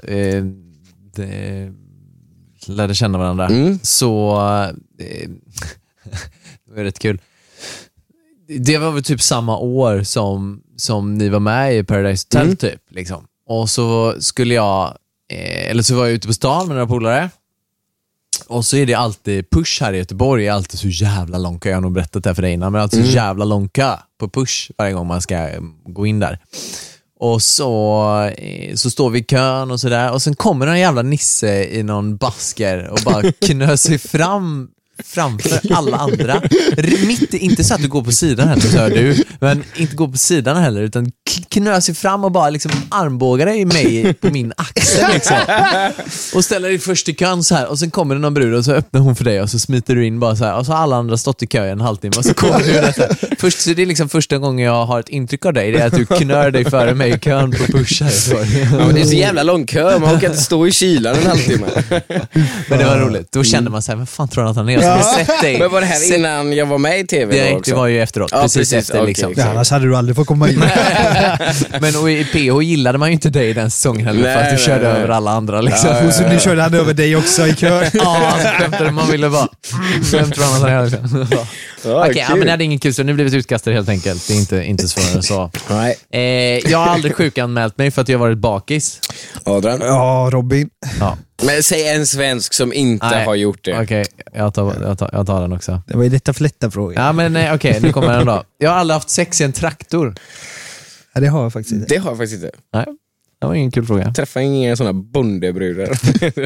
lärde känna varandra, så det var rätt kul. Det var väl typ samma år som ni var med i Paradise Hotel typ, liksom. Och så skulle jag eller så var jag ute på stan med några polare. Och så är det alltid Push här i Göteborg, är alltid så jävla lång kö. Jag har nog berättat det för dig innan, men alltid så jävla lång kö på Push varje gång man ska gå in där. Och så står vi i kön och sådär. Och sen kommer en jävla nisse i någon basker och bara knös sig framför alla andra. Mitt, inte så att du går på sidan heller, så hör du, men inte gå på sidan heller, utan knös sig fram och bara liksom armbågar dig mig på min axel liksom. Och ställer dig först i kön så här, och sen kommer det någon brud och så öppnar hon för dig och så smiter du in bara så här, och så har alla andra stått i kö i en halvtimme och så kommer du där så här. Först, så det är liksom första gången jag har ett intryck av dig, det är att du knör dig före mig i kön på Push här. Ja, men det är så jävla lång kö, man kan inte stå i kylan en halvtimme. Men det var roligt, då kände man så här, vad fan tror han att han är? sett dig. Men var det här innan jag var med i TV då Det också? var ju efteråt, Ja, precis precis. efter Okej, liksom. okej. Ja, annars hade du aldrig fått komma in. Men och i PH gillade man ju inte dig den säsongen heller, för att du Nej, körde nej. över alla andra liksom. Och så nu körde han över dig också i kör. Ja, alltså, skämtade, man ville bara... Vem tror han att han är liksom? Ja, Okej, men det hade ingen kul, så nu blivit utkastad helt enkelt. Det är inte svårare så. Nej. Jag har aldrig sjukanmält mig för att jag har varit bakis. Adrian? Ja, Robin. Ja. Men säg en svensk som inte Nej. har gjort det. Okej, jag tar den också. Det var ju detta flätta fråga. Ja, men okej, nu kommer den då. Jag har aldrig haft sex i en traktor. Ja, det har jag faktiskt inte. Det har jag faktiskt inte. Nej, det var ingen kul fråga. Träffar inga sådana bondebrudar.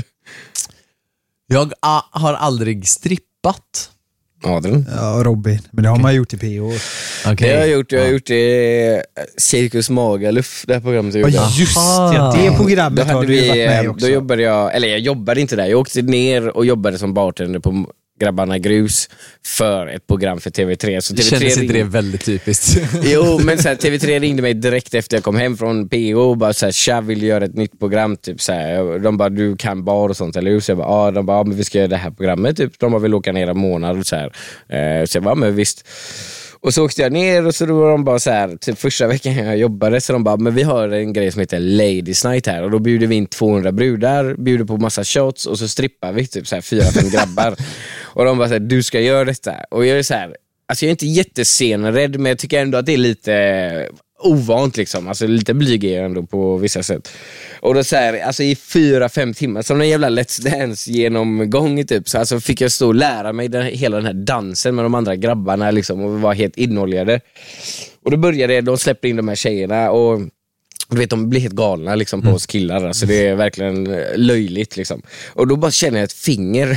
Jag har aldrig strippat. Adrian? Ja, Robin. Men det har man gjort i PO. Okej. Det har jag gjort i Cirkus Magaluf, det här programmet jag gjorde. Ja, just Aha. det. Det Då programmet har hade du ju varit med i vi, också. då jobbade jag jobbade inte där. Jag åkte ner och jobbade som bartender på Grabbarna Grus för ett program för TV3. Så Det TV3 kändes inte det väldigt typiskt. Jo, men så här, TV3 ringde mig direkt efter jag kom hem från PO och bara såhär, tja, vill göra ett nytt program typ så här. De bara, du kan bar och sånt, eller hur? Så jag bara, ja, de bara, men vi ska göra det här programmet typ. De bara, vill åka ner en månad och så här. Så jag bara, men visst. Och så åkte jag ner och så då var de bara så här, typ första veckan jag jobbade, så de bara, men vi har en grej som heter Ladies Night här, och då bjuder vi in 200 brudar, bjuder på massa shots och så strippar vi typ så här 4-5 grabbar. Och de bara så här, du ska göra detta. Och jag är så här, alltså jag är inte jättescenrädd, men jag tycker ändå att det är lite ovant liksom, alltså lite blyg är jag ändå på vissa sätt. Och då så här, alltså i 4-5 timmar som en jävla Let's Dance genomgång typ, så alltså fick jag stå och lära mig hela den här dansen med de andra grabbarna liksom, och var helt inoljade. Och då började de släppa in de här tjejerna, och du vet, de blir helt galna liksom, på oss killar. Alltså, det är verkligen löjligt liksom. Och då bara känner jag ett finger.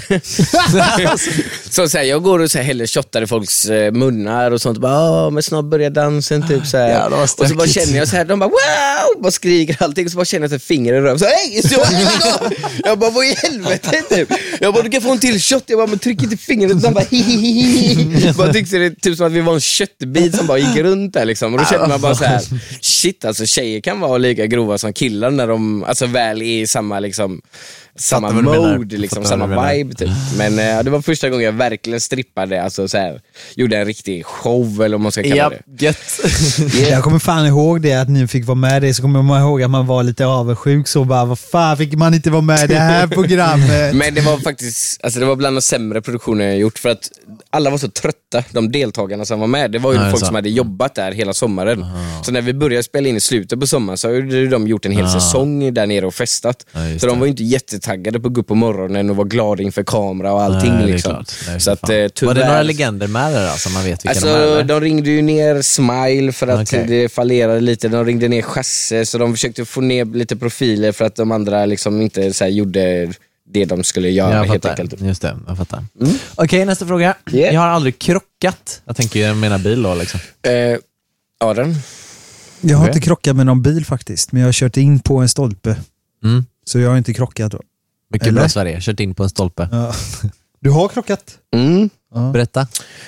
så här, jag går och så här, häller shottar i folks munnar och sånt. Bara, men snart börjar dansen typ så här. Ja, och så bara känner jag så här, de bara wow, bara skriker allting. Och så bara känner jag ett finger i röven. Så hej, jag bara, vad i helvete typ. Jag bara, du kan få en till shot. Jag bara, men tryck inte fingret. De bara, hihihihi. Bara tyckte det typ som att vi var en köttbit som bara gick runt där liksom. Och då känner man bara så här, shit, alltså tjejer kan vara lika grova som killar när de alltså väl är i samma liksom, samma Fattar vad du menar. mode liksom, Fattar vad du samma menar. vibe typ. Men det var första gången jag verkligen strippade, alltså så här, gjorde en riktig show eller om man ska kalla Ja, det. gött. Jag kommer fan ihåg det, att ni fick vara med det, så kommer man ihåg att man var lite avundsjuk, så bara, vad fan fick man inte vara med i det här programmet? Men det var faktiskt, alltså det var bland de sämre produktioner jag gjort, för att alla var så trötta, de deltagarna som var med. Det var ju Ja, folk så. som hade jobbat där hela sommaren. Så när vi började spela in i slutet på sommaren så hade de gjort en hel säsong där nere och festat. Ja, just så de det. var ju inte jättetaggade på att gå upp på morgonen och vara glada inför kamera och allting. Nej, det är liksom. klart. Nej, Så att fan. tyvärr... Var det några legender med där alltså, man vet vilka Alltså, de är? eller? de ringde ju ner Smile för att Okej. det fallerade lite. De ringde ner Chasse, så de försökte få ner lite profiler för att de andra liksom inte så här, gjorde det de skulle göra, Jag helt fattar. enkelt. Just det, jag fattar. Okej, nästa fråga. Yeah. Jag har aldrig krockat. Jag tänker ju mina bil då liksom. Adrian? Jag har Okej. inte krockat med någon bil faktiskt, men jag har kört in på en stolpe. Mm. Så jag har inte krockat då. Mycket Eller? bra Sverige. Kört in på en stolpe. Ja. Du har krockat? Mm. Berätta.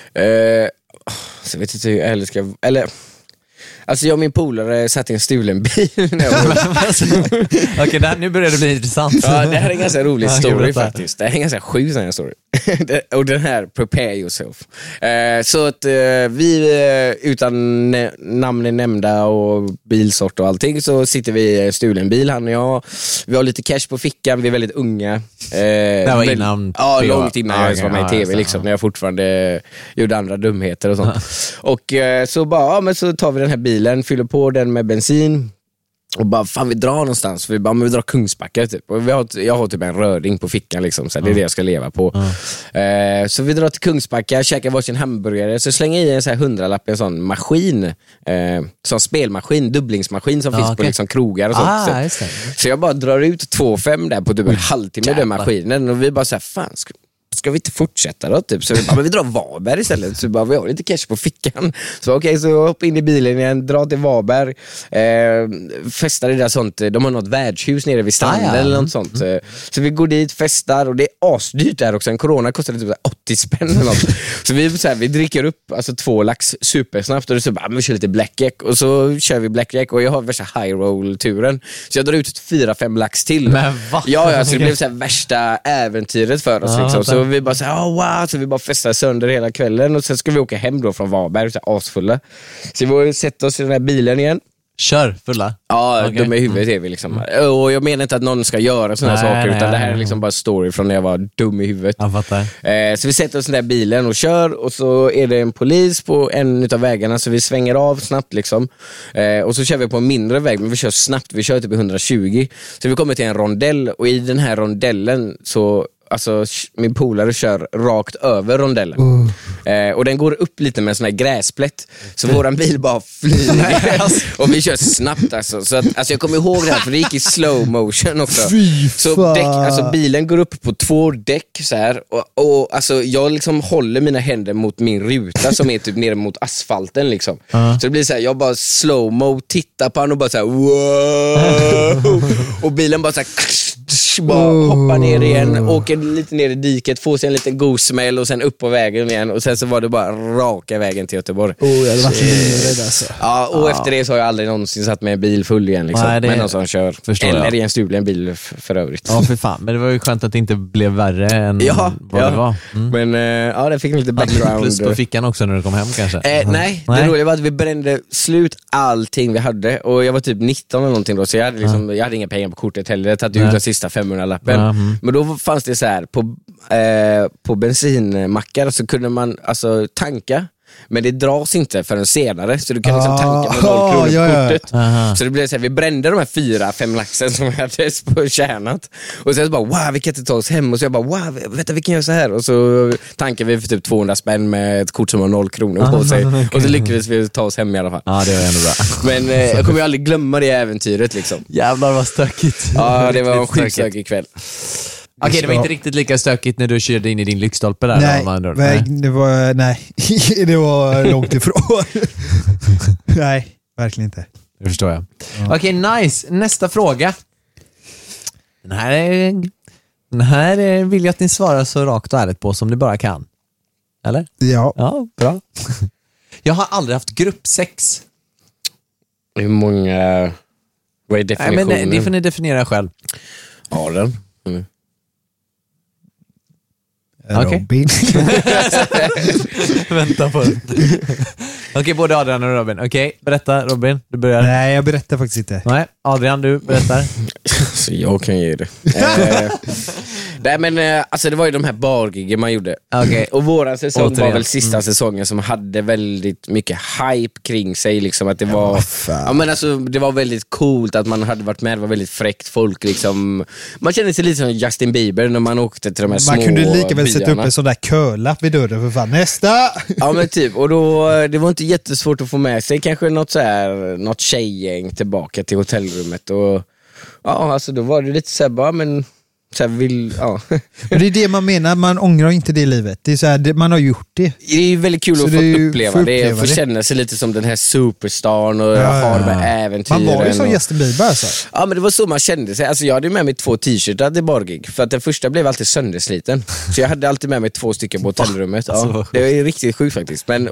Så jag vet inte hur jag heller ska... Eller... Alltså jag och min polare satt i en stulen bil när jag var... Okej, nu börjar det bli intressant. Ja, det här är en ganska rolig Ja, story berätta. faktiskt. Det här är en ganska sjuk sån här story. Och den här, prepare yourself. Så att vi, utan namnen nämnda och bilsort och allting, så sitter vi i stulen bil, han och jag. Vi har lite cash på fickan, vi är väldigt unga. Det var innan Ja, PH. långt innan jag ens var med i Ja, TV ja, liksom, ja. när jag fortfarande gjorde andra dumheter och sånt. Och så bara, ja, men så tar vi den här bilen, fyller på den med bensin. Och bara, fan vi drar någonstans. För vi bara, men vi drar Kungsbacka typ. Och jag har typ en röring på fickan liksom. Så det är det jag ska leva på. Så vi drar till Kungsbacka, käkar varsin hamburgare. Så slänger jag i en så här 100-lapp, en sån maskin. Sån spelmaskin, dubblingsmaskin som finns på okej. liksom krogar och sånt. Just det. Så jag bara drar ut 2,5 där på typ en halvtimme i den jävlar. maskinen. Och vi bara så här, fan ska vi inte fortsätta då typ? Så vi bara, men vi drar Varberg istället. Så bara, vi har lite cash på fickan. Så okej, så jag hoppar in i bilen igen, drar till Varberg, festar i det där sånt. De har något värdshus nere vid stranden eller något sånt. Så vi går dit, festar, och det är asdyrt där också. En corona kostade typ 80 spänn eller något. Så vi dricker upp alltså 2 lax supersnabbt, och det är så bara, men vi kör lite blackjack. Och så kör vi blackjack, och jag har värsta high roll-turen. Så jag drar ut 4-5 lax till. Men va? Ja, så det blev så här värsta äventyret för oss. Ja, Liksom. Så vi bara såhär, wow, så vi bara festade sönder hela kvällen och sen ska vi åka hem då från Varberg, så här, asfulla. Så vi sätter oss i den här bilen igen. Kör fulla? Ja, de är i huvudet är vi liksom. Och jag menar inte att någon ska göra såna här saker, utan det här är liksom bara story från när jag var dum i huvudet. Jag fattar. Så vi sätter oss i den där bilen och kör, och så är det en polis på en utav vägarna, så vi svänger av snabbt liksom. Och så kör vi på en mindre väg, men vi kör snabbt, vi kör typ 120. Så vi kommer till en rondell, och i den här rondellen så alltså min polare kör rakt över rondellen. Och den går upp lite med en sån här gräsplätt. Så våran bil bara flyger. Och vi kör snabbt alltså. Så att, alltså jag kommer ihåg det här, för det gick i slow motion också. Så däck, alltså bilen går upp på 2 däck så här. Och alltså jag liksom håller mina händer mot min ruta som är typ nere mot asfalten liksom. Så det blir så här, jag bara slow-mo tittar på han och bara så här, wow. Och bilen bara så här, bara hoppar ner igen, åker lite ner i diket, får sig en liten god smäll och sen upp på vägen igen, och sen så var det bara raka vägen till Göteborg. Jag hade varit livrädd alltså. Ja, och efter det så har jag aldrig någonsin satt med en bil full igen liksom. Nej, men någon som kör. Eller i en stulen bil för övrigt. Ja, för fan. Men det var ju skönt att det inte blev värre än vad det var. Men ja, det fick lite background. Plus på fickan också när du kom hem kanske? Nej, det roliga var att vi brände slut allting vi hade, och jag var typ 19 eller någonting då, så jag hade, liksom, jag hade inga pengar på kortet heller. Jag tagit ut den sista 500-lappen. Men då fanns det så här på bensinmackar så kunde man alltså tanka, men det dras inte förrän senare, så du kan liksom tanka med 0 kronor på kortet. Så det blev så här, vi brände de här 4-5 laxen som vi hade på kärnat, och sen så bara, wow, vi kan inte ta oss hem, och så jag bara, wow, vet du, vi kan göra så här, och så tankade vi för typ 200 spänn med ett kort som har 0 kronor på sig, och så lyckades vi ta oss hem i alla fall. Ja, det var ändå bra. Men jag kommer ju aldrig glömma det äventyret liksom. Jävlar vad stökigt. Ja, det var en skitstökig kväll. Okej, det var inte riktigt lika stökigt när du körde in i din lyktstolpe där. Det var långt ifrån. Nej, verkligen inte. Det förstår jag. Okej, nice. Nästa fråga. Den här vill jag att ni svarar så rakt och ärligt på som ni bara kan. Eller? Ja. Ja, bra. Jag har aldrig haft gruppsex. Hur många... Vad är definitionen? Nej, men det får ni definiera själv. Ja, den. Robin. Vänta på det. Okej, både Adrian och Robin. Okej, berätta Robin, du börjar. Nej, jag berättar faktiskt inte. Nej, Adrian, du berättar. Så jag kan ge det. Nej, men alltså det var ju de här bargiggen man gjorde. Och våran säsong var väl sista säsongen som hade väldigt mycket hype kring sig liksom, att det var men alltså det var väldigt coolt att man hade varit med, det var väldigt fräckt folk liksom. Man kände sig lite som Justin Bieber när man åkte till de här små man kunde lika väl byarna. sätta upp en sån där kölapp vid dörren för fan. Nästa! Ja, men typ, och då det var inte jättesvårt att få med sig kanske något tjejgäng tillbaka till hotellrummet, och ja, alltså då var det lite så här bara, men så här Men det är det man menar, man ångrar inte det i livet. Det är så här, man har gjort det. Det är väldigt kul att få uppleva det, få känna sig lite som den här superstarn och ha de här äventyren. Man var ju som Justin Bieber alltså. Ja, men det var så man kände sig. Alltså jag hade med mig 2 t-shirtar till bargig, för att den första blev alltid söndersliten. Så jag hade alltid med mig 2 stycken på hotellrummet. Ja, det var riktigt sjukt faktiskt. Men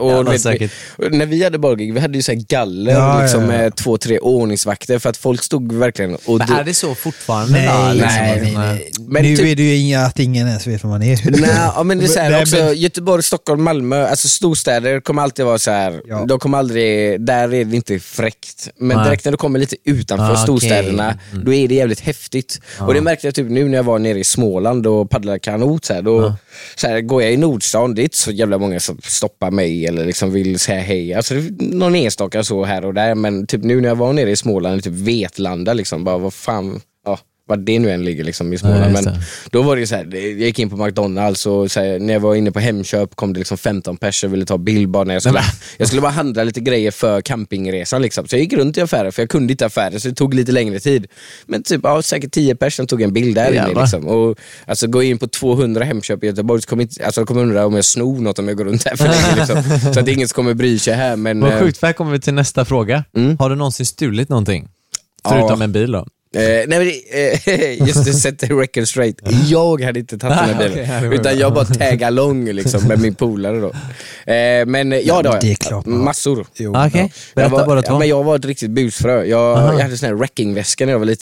när vi hade bargig, vi hade ju så här galler med 2-3 ordningsvakter, för att folk stod verkligen och men är det så fortfarande? Nej. Men nu är det ju att ingen ens vet vad man är. Nej, men det är så här också, Göteborg, Stockholm, Malmö, alltså storstäder kommer alltid vara så här. De kommer aldrig, där är det inte fräckt. Men direkt när du kommer lite utanför storstäderna, då är det jävligt häftigt. Och det märkte jag typ nu när jag var nere i Småland och paddlade kanot så här, då så här, går jag i Nordstan, det är inte så jävla många som stoppar mig eller liksom vill säga hej. Alltså någon enstaka så här och där, men typ nu när jag var nere i Småland, typ Vetlanda liksom, bara vad fan, vad det nu än ligger liksom i Småland. Men då var det så här, jag gick in på McDonalds och så här, när jag var inne på Hemköp kom det liksom 15 personer ville ta bild bara när jag skulle bara handla lite grejer för campingresan liksom. Så jag gick runt i affärer, för jag kunde inte affärer, så det tog lite längre tid. Men typ säkert 10 personer tog en bild där inne liksom. Och alltså gå in på 200 Hemköp i Göteborg, så kommer undra om jag snor något om jag går runt här för länge liksom. Så att ingen kommer bry sig här. Men vad sjukt, för här kommer vi till nästa fråga. Har du någonsin stulit någonting? Förutom en bil då? Nej, men just det, set the record straight. Jag hade inte tagit den här bilen, utan jag bara tagga lång liksom, med min polare då. Men ja, då det är klart, massor. Okej, berätta bara två. Men jag var ett riktigt busfrö. Jag hade sån här wrecking-väska när jag var liten.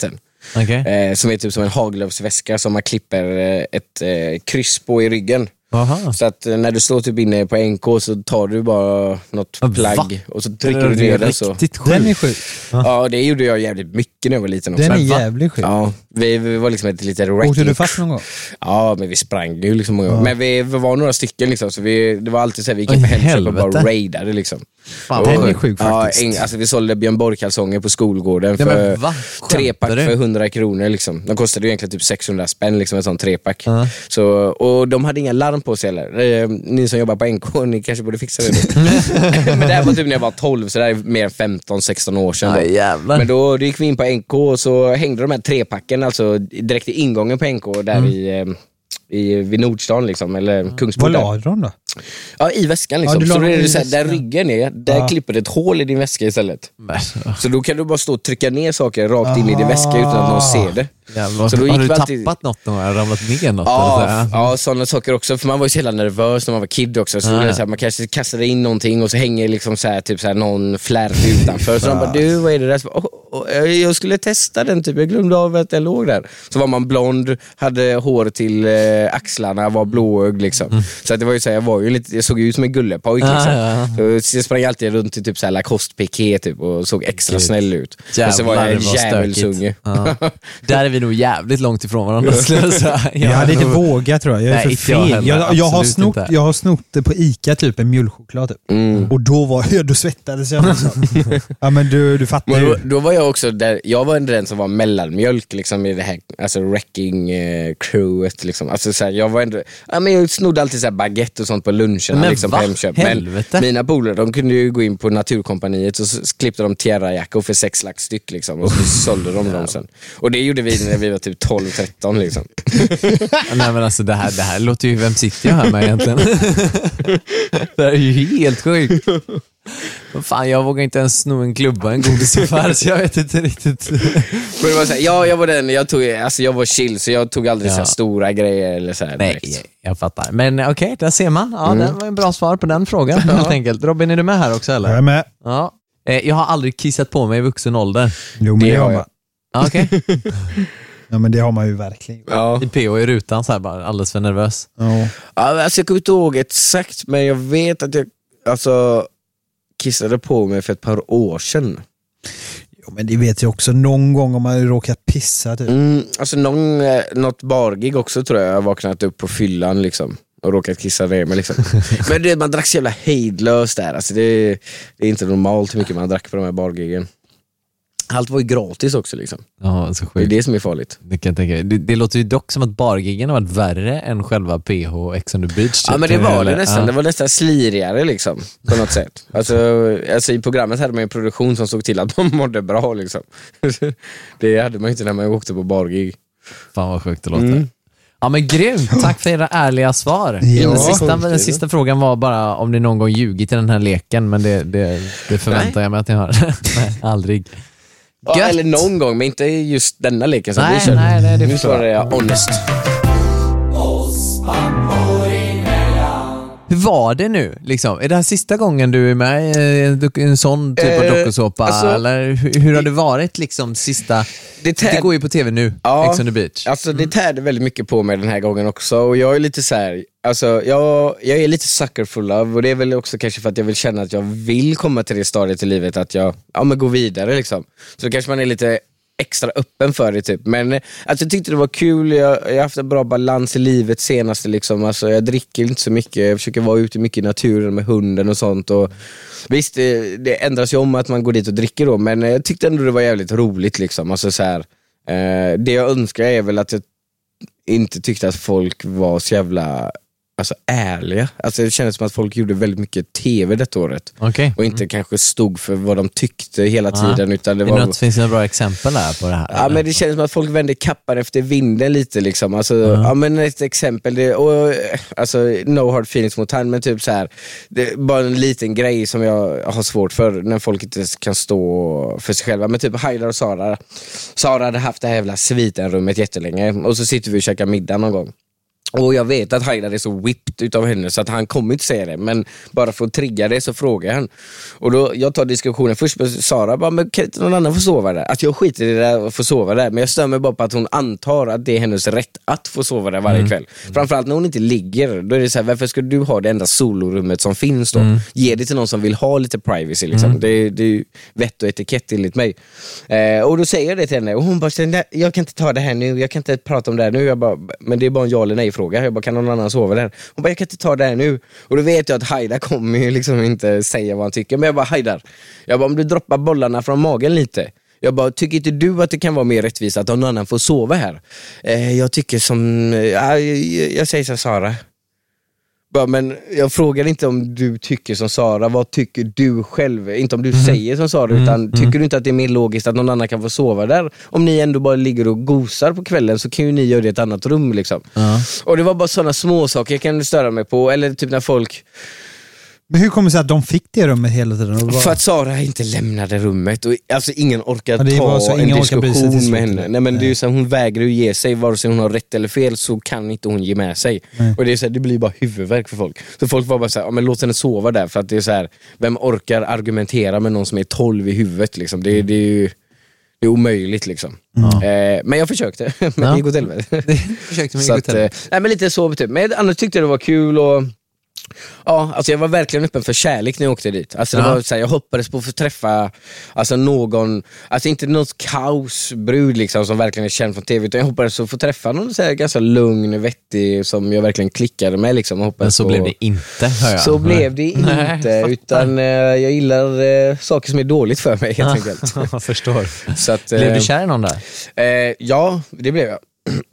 Okej. Som är typ som en haglöfsväska som man klipper ett kryss på i ryggen. Aha. Så att när du står typ inne på NK så tar du bara något plagg och så trycker du ner den så. Den är sjuk. Ja, det gjorde jag jävligt mycket när jag var liten också. Den är jävligt sjuk. Ja, vi var liksom ett litet wrecking. Åkte du fast någon gång? Ja, men vi sprang ju liksom många gånger. Men vi var några stycken liksom, så det var alltid så här, vi gick in på Hemköp och bara raidade liksom. Fan, den är sjuk faktiskt. Ja, alltså vi sålde Björn Borg-kalsonger på skolgården Ja, för men 3-pack för 100 kronor liksom. De kostade ju egentligen typ 600 spänn liksom, en sån 3-pack. Så, och de hade inga larm på sig heller. Ni som jobbar på NK, ni kanske borde fixa det då. Men det här var typ när jag var 12, så det är mer än 15-16 år sedan. Ja, jävlar. Men då gick vi in på NK och så hängde de här 3-packen alltså direkt i ingången på NK där vid Nordstan liksom, eller Kungsporten. Vad la de då? Ja, i väskan liksom. Ja, så då är det i så här, där väskan. ryggen är, där klipper det ett hål i din väska istället. Så då kan du bara stå och trycka ner saker rakt in i din väska utan att någon ser det. Jävlar. Så då Har gick du vi alltid... tappat något någon gång? Har ramlat ner något? Ja, sådana saker också. För man var ju så jävla nervös när man var kid också. Så, det är så här, man kanske kastade in någonting och så hänger liksom så här, typ så här, någon flärp utanför. Så de bara, du, vad är det där? Så bara, jag skulle testa den typ. Jag glömde av att den låg där. Så var man blond, hade hår till axlarna, var blåögd liksom. Så att det var ju så här, jag såg ut som en gullepojk liksom. Så jag sprang alltid runt i typ så här Lacoste-piké typ och såg extra snäll ut. Men så var jag en djävulsunge. Där är vi nog jävligt långt ifrån varandra. Jag hade inte vågat, tror jag. Jag är Nej, för inte jag feg. heller. Jag har snott det på Ica, typ en mjölkchoklad typ. Och då svettades jag liksom. Ja, men du fattar ju. Då var jag också där, jag var den som var mellanmjölk liksom i det här, alltså wrecking crewet liksom. Alltså så här, jag var ändå, ja, men jag snodde alltid så här baguette och sånt på luncherna Men liksom på Hemköp. Helvete. Men mina polare, de kunde ju gå in på Naturkompaniet och så klippte de Tierra-jackor för 6 lax styck liksom, och så sålde de dem sen. Och det gjorde vi när vi var typ 12-13 liksom. Nej men alltså det här låter ju, vem sitter jag här med egentligen? Det här är ju helt sjukt. Fan, jag vågar inte ens sno en klubba, en godisaffär, så jag vet inte riktigt. Men det var så här, jag var den, jag var chill, så jag tog aldrig så här stora grejer eller så här. Nej, jag fattar. Men okej, där ser man. Ja, det var en bra svar på den frågan helt enkelt. Robin, är du med här också eller? Jag är med. Ja. Jag har aldrig kissat på mig i vuxen ålder. Jo, men det har man. Ja, okej. Ja, men det har man ju verkligen. Ja. I PO i rutan så här, bara alldeles för nervös. Ja. Alltså jag kommer inte ihåg exakt, men jag vet att jag kissade på mig för ett par år sedan. Jo, men det vet jag också. Någon gång om man råkat pissa typ. Alltså något bargig också tror jag vaknat upp på fyllan liksom. Och råkat kissa ner mig liksom. Men det, man drack så jävla hejdlöst där. Alltså det är inte normalt hur mycket man drack på de här bargigen. Allt var ju gratis också liksom. Ja, så Det är sjukt. det som är farligt. Det kan jag tänka. Det låter ju dock som att bargiggen har varit värre än själva PH och Ex on the Beach. Typ. Ja, men det var det nästan. Ja. Det var nästan slirigare liksom, på något sätt. Alltså i programmet hade man en produktion som såg till att man mådde bra liksom. Det hade man inte när man åkte på bargig. Fan vad sjukt det låter. Ja men grymt, tack för era ärliga svar. Ja. Den sista frågan var bara om ni någon gång ljugit i den här leken, men det förväntar jag mig att ni har. Nej, aldrig. Ja, Gött. eller någon gång, men inte just denna leken som Nej, vi körde. nej, det Nu förstår svarar jag honest. Hur var det nu? Liksom? Är det här sista gången du är med i en sån typ av dokusåpa? alltså- eller hur har det varit liksom sista... Det går ju på tv nu, Ja. Ex on the Beach. Alltså det tärde väldigt mycket på mig den här gången också. Och jag är lite så här, alltså jag är lite sucker for love. Och det är väl också kanske för att jag vill känna att jag vill komma till det stadiet i livet att jag går vidare liksom. Så kanske man är lite extra öppen för det typ. Men alltså, jag tyckte det var kul. Jag har haft en bra balans i livet senaste liksom. Alltså, jag dricker inte så mycket. Jag försöker vara ute mycket i naturen med hunden och sånt. Och visst, det ändras ju om att man går dit och dricker då. Men jag tyckte ändå det var jävligt roligt liksom. Alltså, så här, det jag önskar är väl att jag inte tyckte att folk var så jävla ärliga. Alltså det kändes som att folk gjorde väldigt mycket tv detta året. Okej. Och inte kanske stod för vad de tyckte hela tiden. Utan det var... Finns det några bra exempel här på det här? Ja, men det känns som att folk vände kappar efter vinden lite liksom. Alltså, ja, men ett exempel, alltså no hard feelings mot han, men typ så här, det är bara en liten grej som jag har svårt för när folk inte kan stå för sig själva. Men typ Haidar och Sara hade haft det här jävla svitenrummet jättelänge och så sitter vi och käkar middag någon gång. Och jag vet att Haidar är så whipped utav henne så att han kommer inte säga det. Men bara för att trigga det så frågar han. Och då, jag tar diskussionen först med Sara. Bara, men kan inte någon annan få sova där? Att jag skiter i det där och få sova där. Men jag stämmer bara på att hon antar att det är hennes rätt att få sova där varje kväll. Framförallt när hon inte ligger. Då är det så här, varför ska du ha det enda solorummet som finns då? Ge det till någon som vill ha lite privacy liksom. Det är ju vett och etikett enligt mig. Och då säger jag det till henne. Och hon bara, jag kan inte ta det här nu. Jag kan inte prata om det här nu. Jag bara, men det är bara en ja eller nej fråga. Jag bara, kan någon annan sova där? Hon bara, jag kan inte ta det här nu. Och då vet jag att Haidar kommer ju liksom inte säga vad han tycker. Men jag bara, Haidar, om du droppar bollarna från magen lite. Jag bara, tycker inte du att det kan vara mer rättvist att någon annan får sova här? Jag tycker som, jag säger som Sara. Bara, men jag frågar inte om du tycker som Sara. Vad tycker du själv? Inte om du säger som Sara, utan tycker du inte att det är mer logiskt att någon annan kan få sova där? Om ni ändå bara ligger och gosar på kvällen så kan ju ni göra det i ett annat rum liksom. Och det var bara sådana små saker jag kan störa mig på. Eller typ när folk... Men hur kommer det sig att de fick det rummet hela tiden? För att Sara inte lämnade rummet och alltså ingen orkar ta en diskussion med henne. Nej, men det är ju så här, hon vägrar ju ge sig. Vare sig hon har rätt eller fel så kan inte hon ge med sig. Och det är så här, det blir bara huvudvärk för folk. Så folk var bara så här, men låt henne sova där. För att det är så här, vem orkar argumentera med någon som är 12 i huvudet liksom? Det är ju... Det är omöjligt liksom. Men jag försökte. Men det gick åt helvete. Försökte men det gick åt helvete. Nej, men lite så typ. Men annars tyckte jag det var kul och... Ja, alltså jag var verkligen öppen för kärlek när jag åkte dit. Alltså det var så här, jag hoppades på att få träffa alltså någon, alltså inte något kaosbrud liksom som verkligen är känd från tv, utan jag hoppades att få träffa någon så här ganska lugn, vettig som jag verkligen klickade med liksom. Men så blev det inte, hör jag. Så blev det inte, utan jag gillar saker som är dåligt för mig helt enkelt. Jag förstår. Så att, blev du kär i någon där? Ja, det blev jag.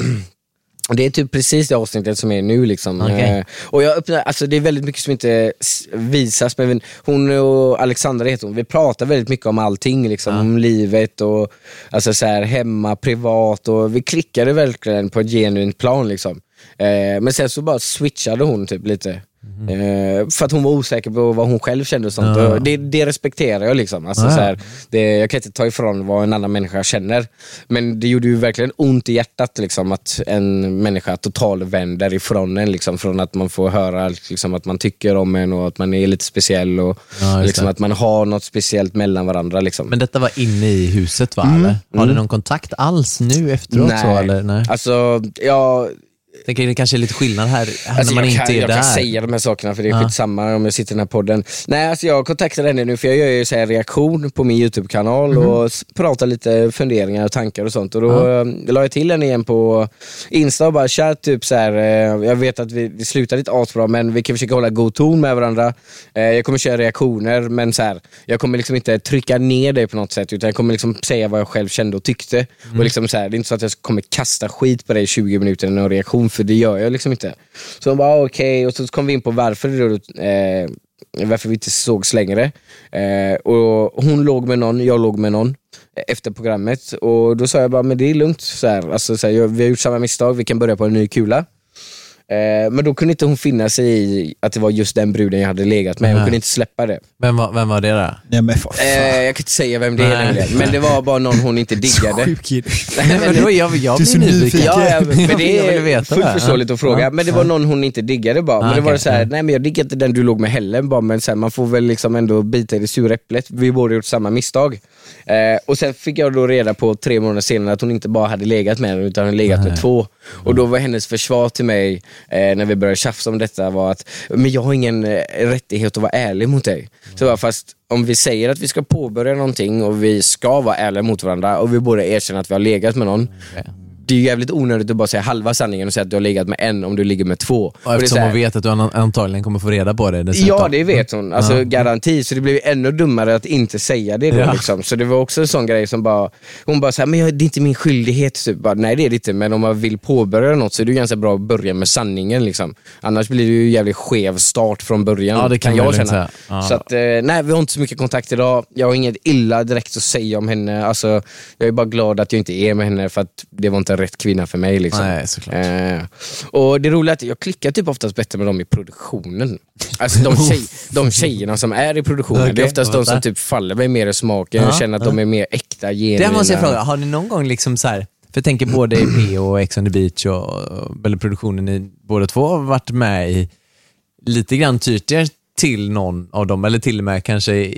Det är typ precis det avsnittet som är nu liksom. Okay. Och jag öppnar, alltså det är väldigt mycket som inte visas, men hon och Alexandra heter hon, vi pratar väldigt mycket om allting liksom, om livet och alltså så här, hemma, privat, och vi klickade verkligen på ett genuint plan liksom. Men sen så bara switchade hon typ lite. För att hon var osäker på vad hon själv kände och sånt. Och det respekterar jag liksom. Alltså, så här, jag kan inte ta ifrån vad en annan människa känner. Men det gjorde ju verkligen ont i hjärtat liksom, att en människa totalvänder ifrån en liksom, från att man får höra liksom, att man tycker om en och att man är lite speciell och liksom, att man har något speciellt mellan varandra liksom. Men detta var inne i huset, va? Eller? Har du någon kontakt alls nu efteråt? Nej. Så, eller? Nej. Alltså, tänker det kanske är lite skillnad här alltså när man inte är jag där. kan säga de här sakerna för det är skitsamma om jag sitter i den här podden. Nej, alltså jag kontaktar henne nu för jag gör ju så här reaktion på min YouTube-kanal och pratar lite funderingar och tankar och sånt. Och då la jag till henne igen på Insta och bara tja, typ så här, jag vet att vi slutar lite asbra, men vi kan försöka hålla god ton med varandra. Jag kommer köra reaktioner, men så här, jag kommer liksom inte trycka ner dig på något sätt, utan jag kommer liksom säga vad jag själv kände och tyckte. Och liksom så här, det är inte så att jag kommer kasta skit på dig i 20 minuter i någon reaktion, för det gör jag liksom inte. Så hon bara okej. Och så kom vi in på varför vi inte sågs längre. Och hon låg med någon, jag låg med någon efter programmet. Och då sa jag bara, men det är lugnt så här. Alltså, så här, vi har gjort samma misstag, vi kan börja på en ny kula. Men då kunde inte hon finna sig i att det var just den bruden jag hade legat med. Hon kunde inte släppa det. Vem var det då? Ja, men jag kan inte säga vem det är nämligen. Men det var bara någon hon inte diggade. Jag blir nyfiken. Ja, men det är veta fullt det. förståeligt att fråga. Men det var någon hon inte diggade bara. Men det var så här, nej men jag diggade inte den du låg med heller bara, men så här, man får väl liksom ändå bita i det sura äpplet. Vi båda gjort samma misstag. Och sen fick jag då reda på 3 månader senare att hon inte bara hade legat med den, utan hon legat med 2. Och då var hennes försvar till mig när vi började tjafsa om detta var att, men jag har ingen rättighet att vara ärlig mot dig. Så bara, fast om vi säger att vi ska påbörja någonting och vi ska vara ärliga mot varandra och vi borde erkänna att vi har legat med någon, det är ju jävligt onödigt att bara säga halva sanningen och säga att du har legat med en om du ligger med 2. Och eftersom hon vet att du antagligen kommer få reda på det dessutom. Ja, det vet hon. Alltså garanti. Så det blev ännu dummare att inte säga det då, liksom. Så det var också en sån grej som bara, hon bara så här, men det är inte min skyldighet typ. Bara, nej, det är det inte, men om man vill påbörja något så är det ju ganska bra att börja med sanningen liksom. Annars blir det ju jävligt skev start från början. Ja, det kan jag känna. Så att, nej, vi har inte så mycket kontakt idag. Jag har inget illa direkt att säga om henne. Alltså, jag är bara glad att jag inte är med henne, för att det var inte rätt kvinna för mig liksom. Nej, såklart. Och det roliga är att jag klickar typ oftast bättre med dem i produktionen. Alltså de tjejerna som är i produktionen. Okay, det är oftast de som typ faller mig mer i smaken. Jag känner att de är mer äkta, genuina. Det måste jag fråga, har ni någon gång liksom så här För jag tänker både i P och Ex on the Beach eller produktionen i båda två har varit med i lite grann tyrt er till någon av dem, eller till och med kanske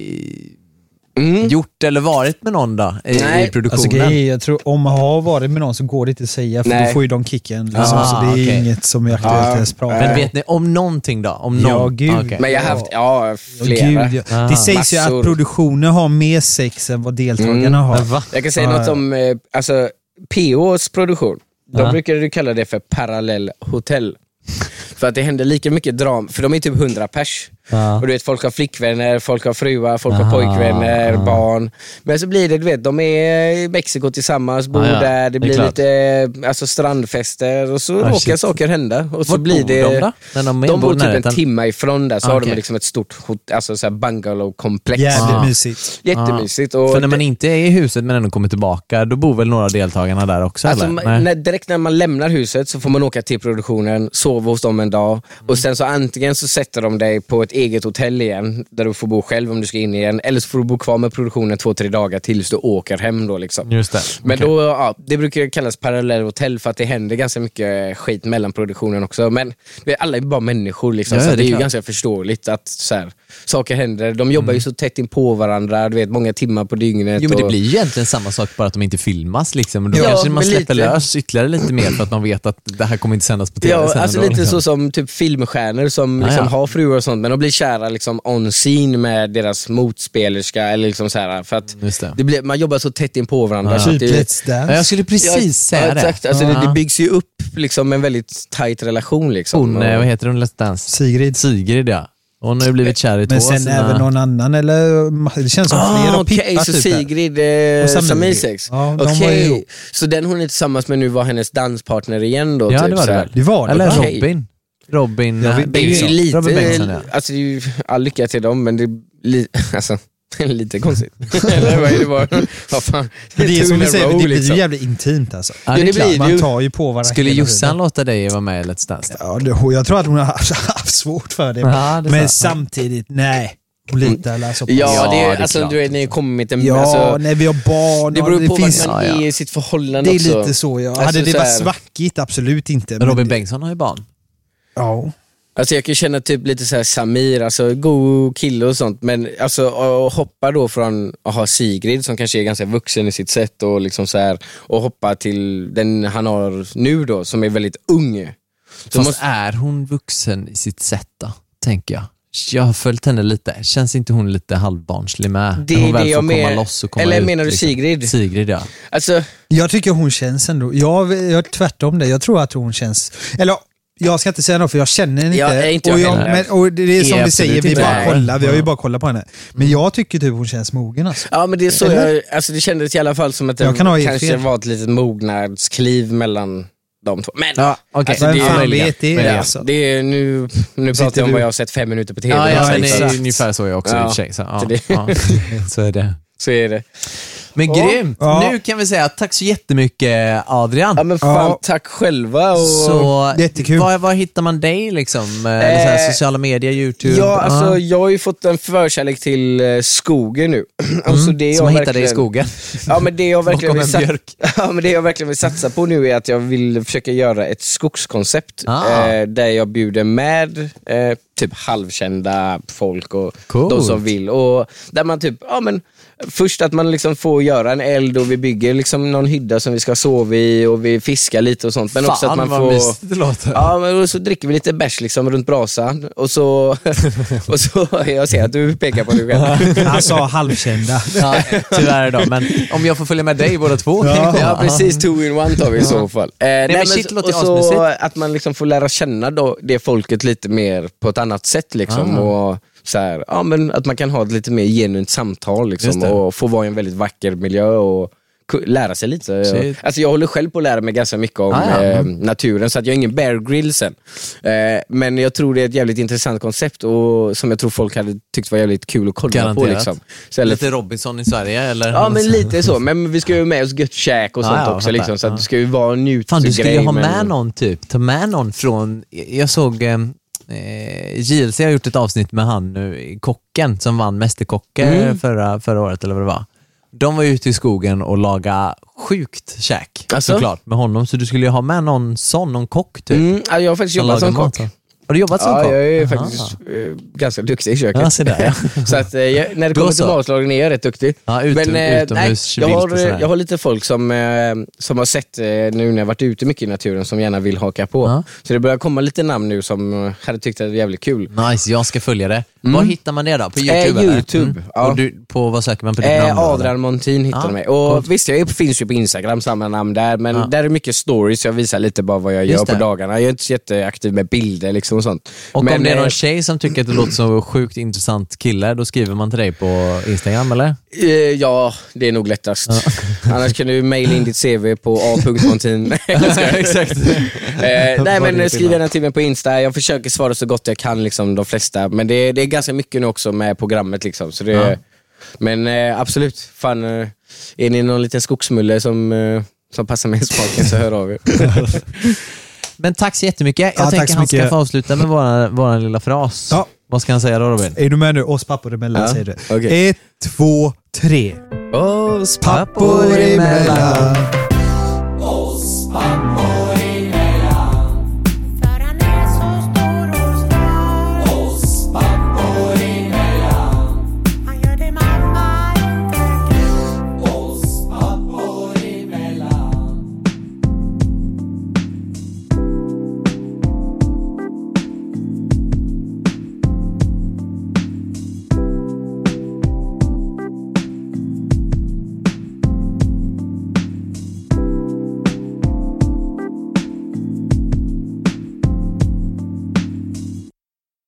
gjort eller varit med någon då i produktionen. Alltså, jag tror om man har varit med någon så går det inte att säga, för då får ju de kicken. Liksom, så det är inget som är aktuellt ens prata. Men vet ni om någonting då? Om någon? Ja, gud. Okay. Men jag har haft flera. Gud, ja. Det sägs ju att produktionen har mer sex än vad deltagarna har. Jag kan säga något om alltså, POs produktion. Då brukar du kalla det för parallell hotell. För att det händer lika mycket drama, för de är typ 100 pers. Och du vet, folk har flickvänner, folk har fruar, folk har pojkvänner, barn. Men så blir det, du vet, de är i Mexiko tillsammans, bor där, det blir lite alltså, strandfester och så råkar saker hända. Och så blir det... De bor typ en timme ifrån där, så har de liksom ett stort alltså, så här bungalow-komplex. Jättemysigt. Och för när man inte är i huset men ändå kommer tillbaka, då bor väl några av deltagarna där också? Alltså, eller? Direkt när man lämnar huset så får man åka till produktionen, sova hos dem en dag och sen så antingen så sätter de dig på ett eget hotell igen där du får bo själv om du ska in igen, eller så får du bo kvar med produktionen 2-3 dagar tills du åker hem då liksom. Just det. Men då, det brukar kallas parallellhotell för att det händer ganska mycket skit mellan produktionen också, men alla är bara människor liksom, så det är ju ganska förståeligt att så här, saker händer. De jobbar ju så tätt in på varandra, du vet, många timmar på dygnet. Jo, men det blir ju egentligen samma sak, bara att de inte filmas liksom. Då kanske man släpper lös ytterligare lite mer för att man vet att det här kommer inte sändas på tv. Ja, alltså lite liksom. så som typ filmstjärnor som liksom har fruar och sånt, men de blir kära liksom on scene med deras motspelerska eller liksom så här, för att det blir, man jobbar så tätt in på varandra. Så jag skulle precis säga det. Exakt, alltså det byggs ju upp liksom en väldigt tight relation liksom. Vad heter hon? Let's Dance? Sigrid, ja. Hon har ju blivit kär i två. Men sen även någon annan, eller det känns som fler och Pippa så typ. Sigrid Samisex. Okej. Så den hon är tillsammans med nu var hennes danspartner igen då? Ja, typ, det var det. Det var det. Eller Okay. Robin det är ju lite, Bengtsson, alltså det är ju all lycka till dem, men det är alltså lite konstigt. Eller vad är det bara? Vad fan? Det är som vi säger, det blir liksom. ju jävligt intimt alltså. Ja, det blir man tar ju på varandra. Skulle Jossan låta dig vara med i Let's Dance? Ja, jag tror att hon har haft svårt för det. Men samtidigt, nej. Lite eller så. Ja, det är alltså du vet, ni kommer med en när vi har barn. Det beror på vad man är i sitt förhållande också. Det är lite så, ja. Alltså, hade det varit svackigt, absolut inte. Men Robin Bengtsson har ju barn. Ja. Alltså jag kan känna typ lite så här Samir, alltså god kille och sånt, men alltså att hoppa då från att ha Sigrid som kanske är ganska vuxen i sitt sätt och liksom så här, och hoppa till den han har nu då som är väldigt ung. Fast är hon vuxen i sitt sätt då, tänker jag? Jag har följt henne lite. Känns inte hon lite halvbarnslig med? Det är det jag menar. Eller ut, menar du liksom. Sigrid? Sigrid, ja. Alltså, jag tycker hon känns ändå. Jag tvärtom det. Jag tror att hon känns... Eller jag ska inte säga något för jag känner henne inte. Och det är som vi säger, vi bara kollar. Vi har ju bara kollat på henne. Men jag tycker typ hon känns mogen alltså. Ja, men det är så alltså det kändes i alla fall som att det kanske var ett litet mognadskliv mellan de två. Men alltså, det är nu pratar jag om vad jag har sett 5 minuter på tv. Ja, men det är ungefär så jag också i och för sig. Så är det. Så är det. Men grymt. Nu kan vi säga tack så jättemycket, Adrian. Ja, men fan, tack själva. Och... Så jättekul. Var hittar man dig liksom? Så här, sociala medier, YouTube? Ja, alltså jag har ju fått en förkärlek till skogen nu. Alltså, det som hittar dig i skogen? Ja, men det jag verkligen vill satsa på nu är att jag vill försöka göra ett skogskoncept där jag bjuder med typ halvkända folk och de som vill. Och där man typ, först att man liksom får göra en eld och vi bygger liksom någon hydda som vi ska sova i och vi fiskar lite och sånt. Men också att man får... men så dricker vi lite bärs liksom runt brasan och så jag ser att du pekar på dig själv. Han sa halvkända. Ja, tyvärr då, men om jag får följa med dig båda två. Ja, precis, 2 in 1 tar vi i så fall. Och så att man liksom får lära känna då det folket lite mer på ett annat sätt liksom och så här, men att man kan ha ett lite mer genuint samtal liksom, och få vara i en väldigt vacker miljö och lära sig lite. Alltså jag håller själv på att lära mig ganska mycket om naturen, så att jag är ingen Bear Grylls sen. Men jag tror det är ett jävligt intressant koncept och som jag tror folk hade tyckt var jävligt kul att kolla på liksom. Så lite Robinson i Sverige eller? Ja, men lite så. Men vi ska ju med oss gött käk och sånt också liksom, så att det ska ju vara en njutgrej. Fan, du skulle ju ha med någon typ. Ta med någon från, jag såg JLC har gjort ett avsnitt med han nu, kocken som vann Mästerkocken förra året eller vad det var. De var ute i skogen och laga sjukt käk. Alltså? Såklart, med honom. Så du skulle ju ha med någon kock typ. Ja, jag har faktiskt jobbat som kock. Har du jobbat som kock? Ja, jag är faktiskt ganska duktig i köket. Ja, så där, ja. Så att när det kommer till matlagning är jag rätt duktig. Ja, utomhus, jag har lite folk som har sett nu när jag varit ute mycket i naturen som gärna vill haka på. Ja. Så det börjar komma lite namn nu som hade tyckt att det var jävligt kul. Nice, jag ska följa det. Var hittar man det då? På YouTube? YouTube, ja. Och på vad söker man på ditt namn? Adrian Montin hittar mig. Och visst, jag finns ju på Instagram, samma namn där. Men där är mycket stories, jag visar lite bara vad jag gör på dagarna. Jag är inte så jätteaktiv med bilder liksom och sånt. Och men om det är någon tjej som tycker att det låter som en sjukt intressant kille, då skriver man till dig på Instagram, eller? Ja, det är nog lättast. Annars kan du mejla in ditt CV på a.montin. Exakt. Nej, men skriv gärna till mig på Insta. Jag försöker svara så gott jag kan, liksom, de flesta. Men det är ganska mycket nu också med programmet. Liksom, så det, men absolut, fan, är ni någon liten skogsmulle som passar med smaken så hör av er. Men tack så jättemycket. Jag tänker han ska få avsluta med våran lilla fras. Ja. Vad ska han säga då, Robin? Är du med nu? Oss pappor emellan, säger du. Okay. 1, 2, 3. Oss pappor emellan. Oss pappor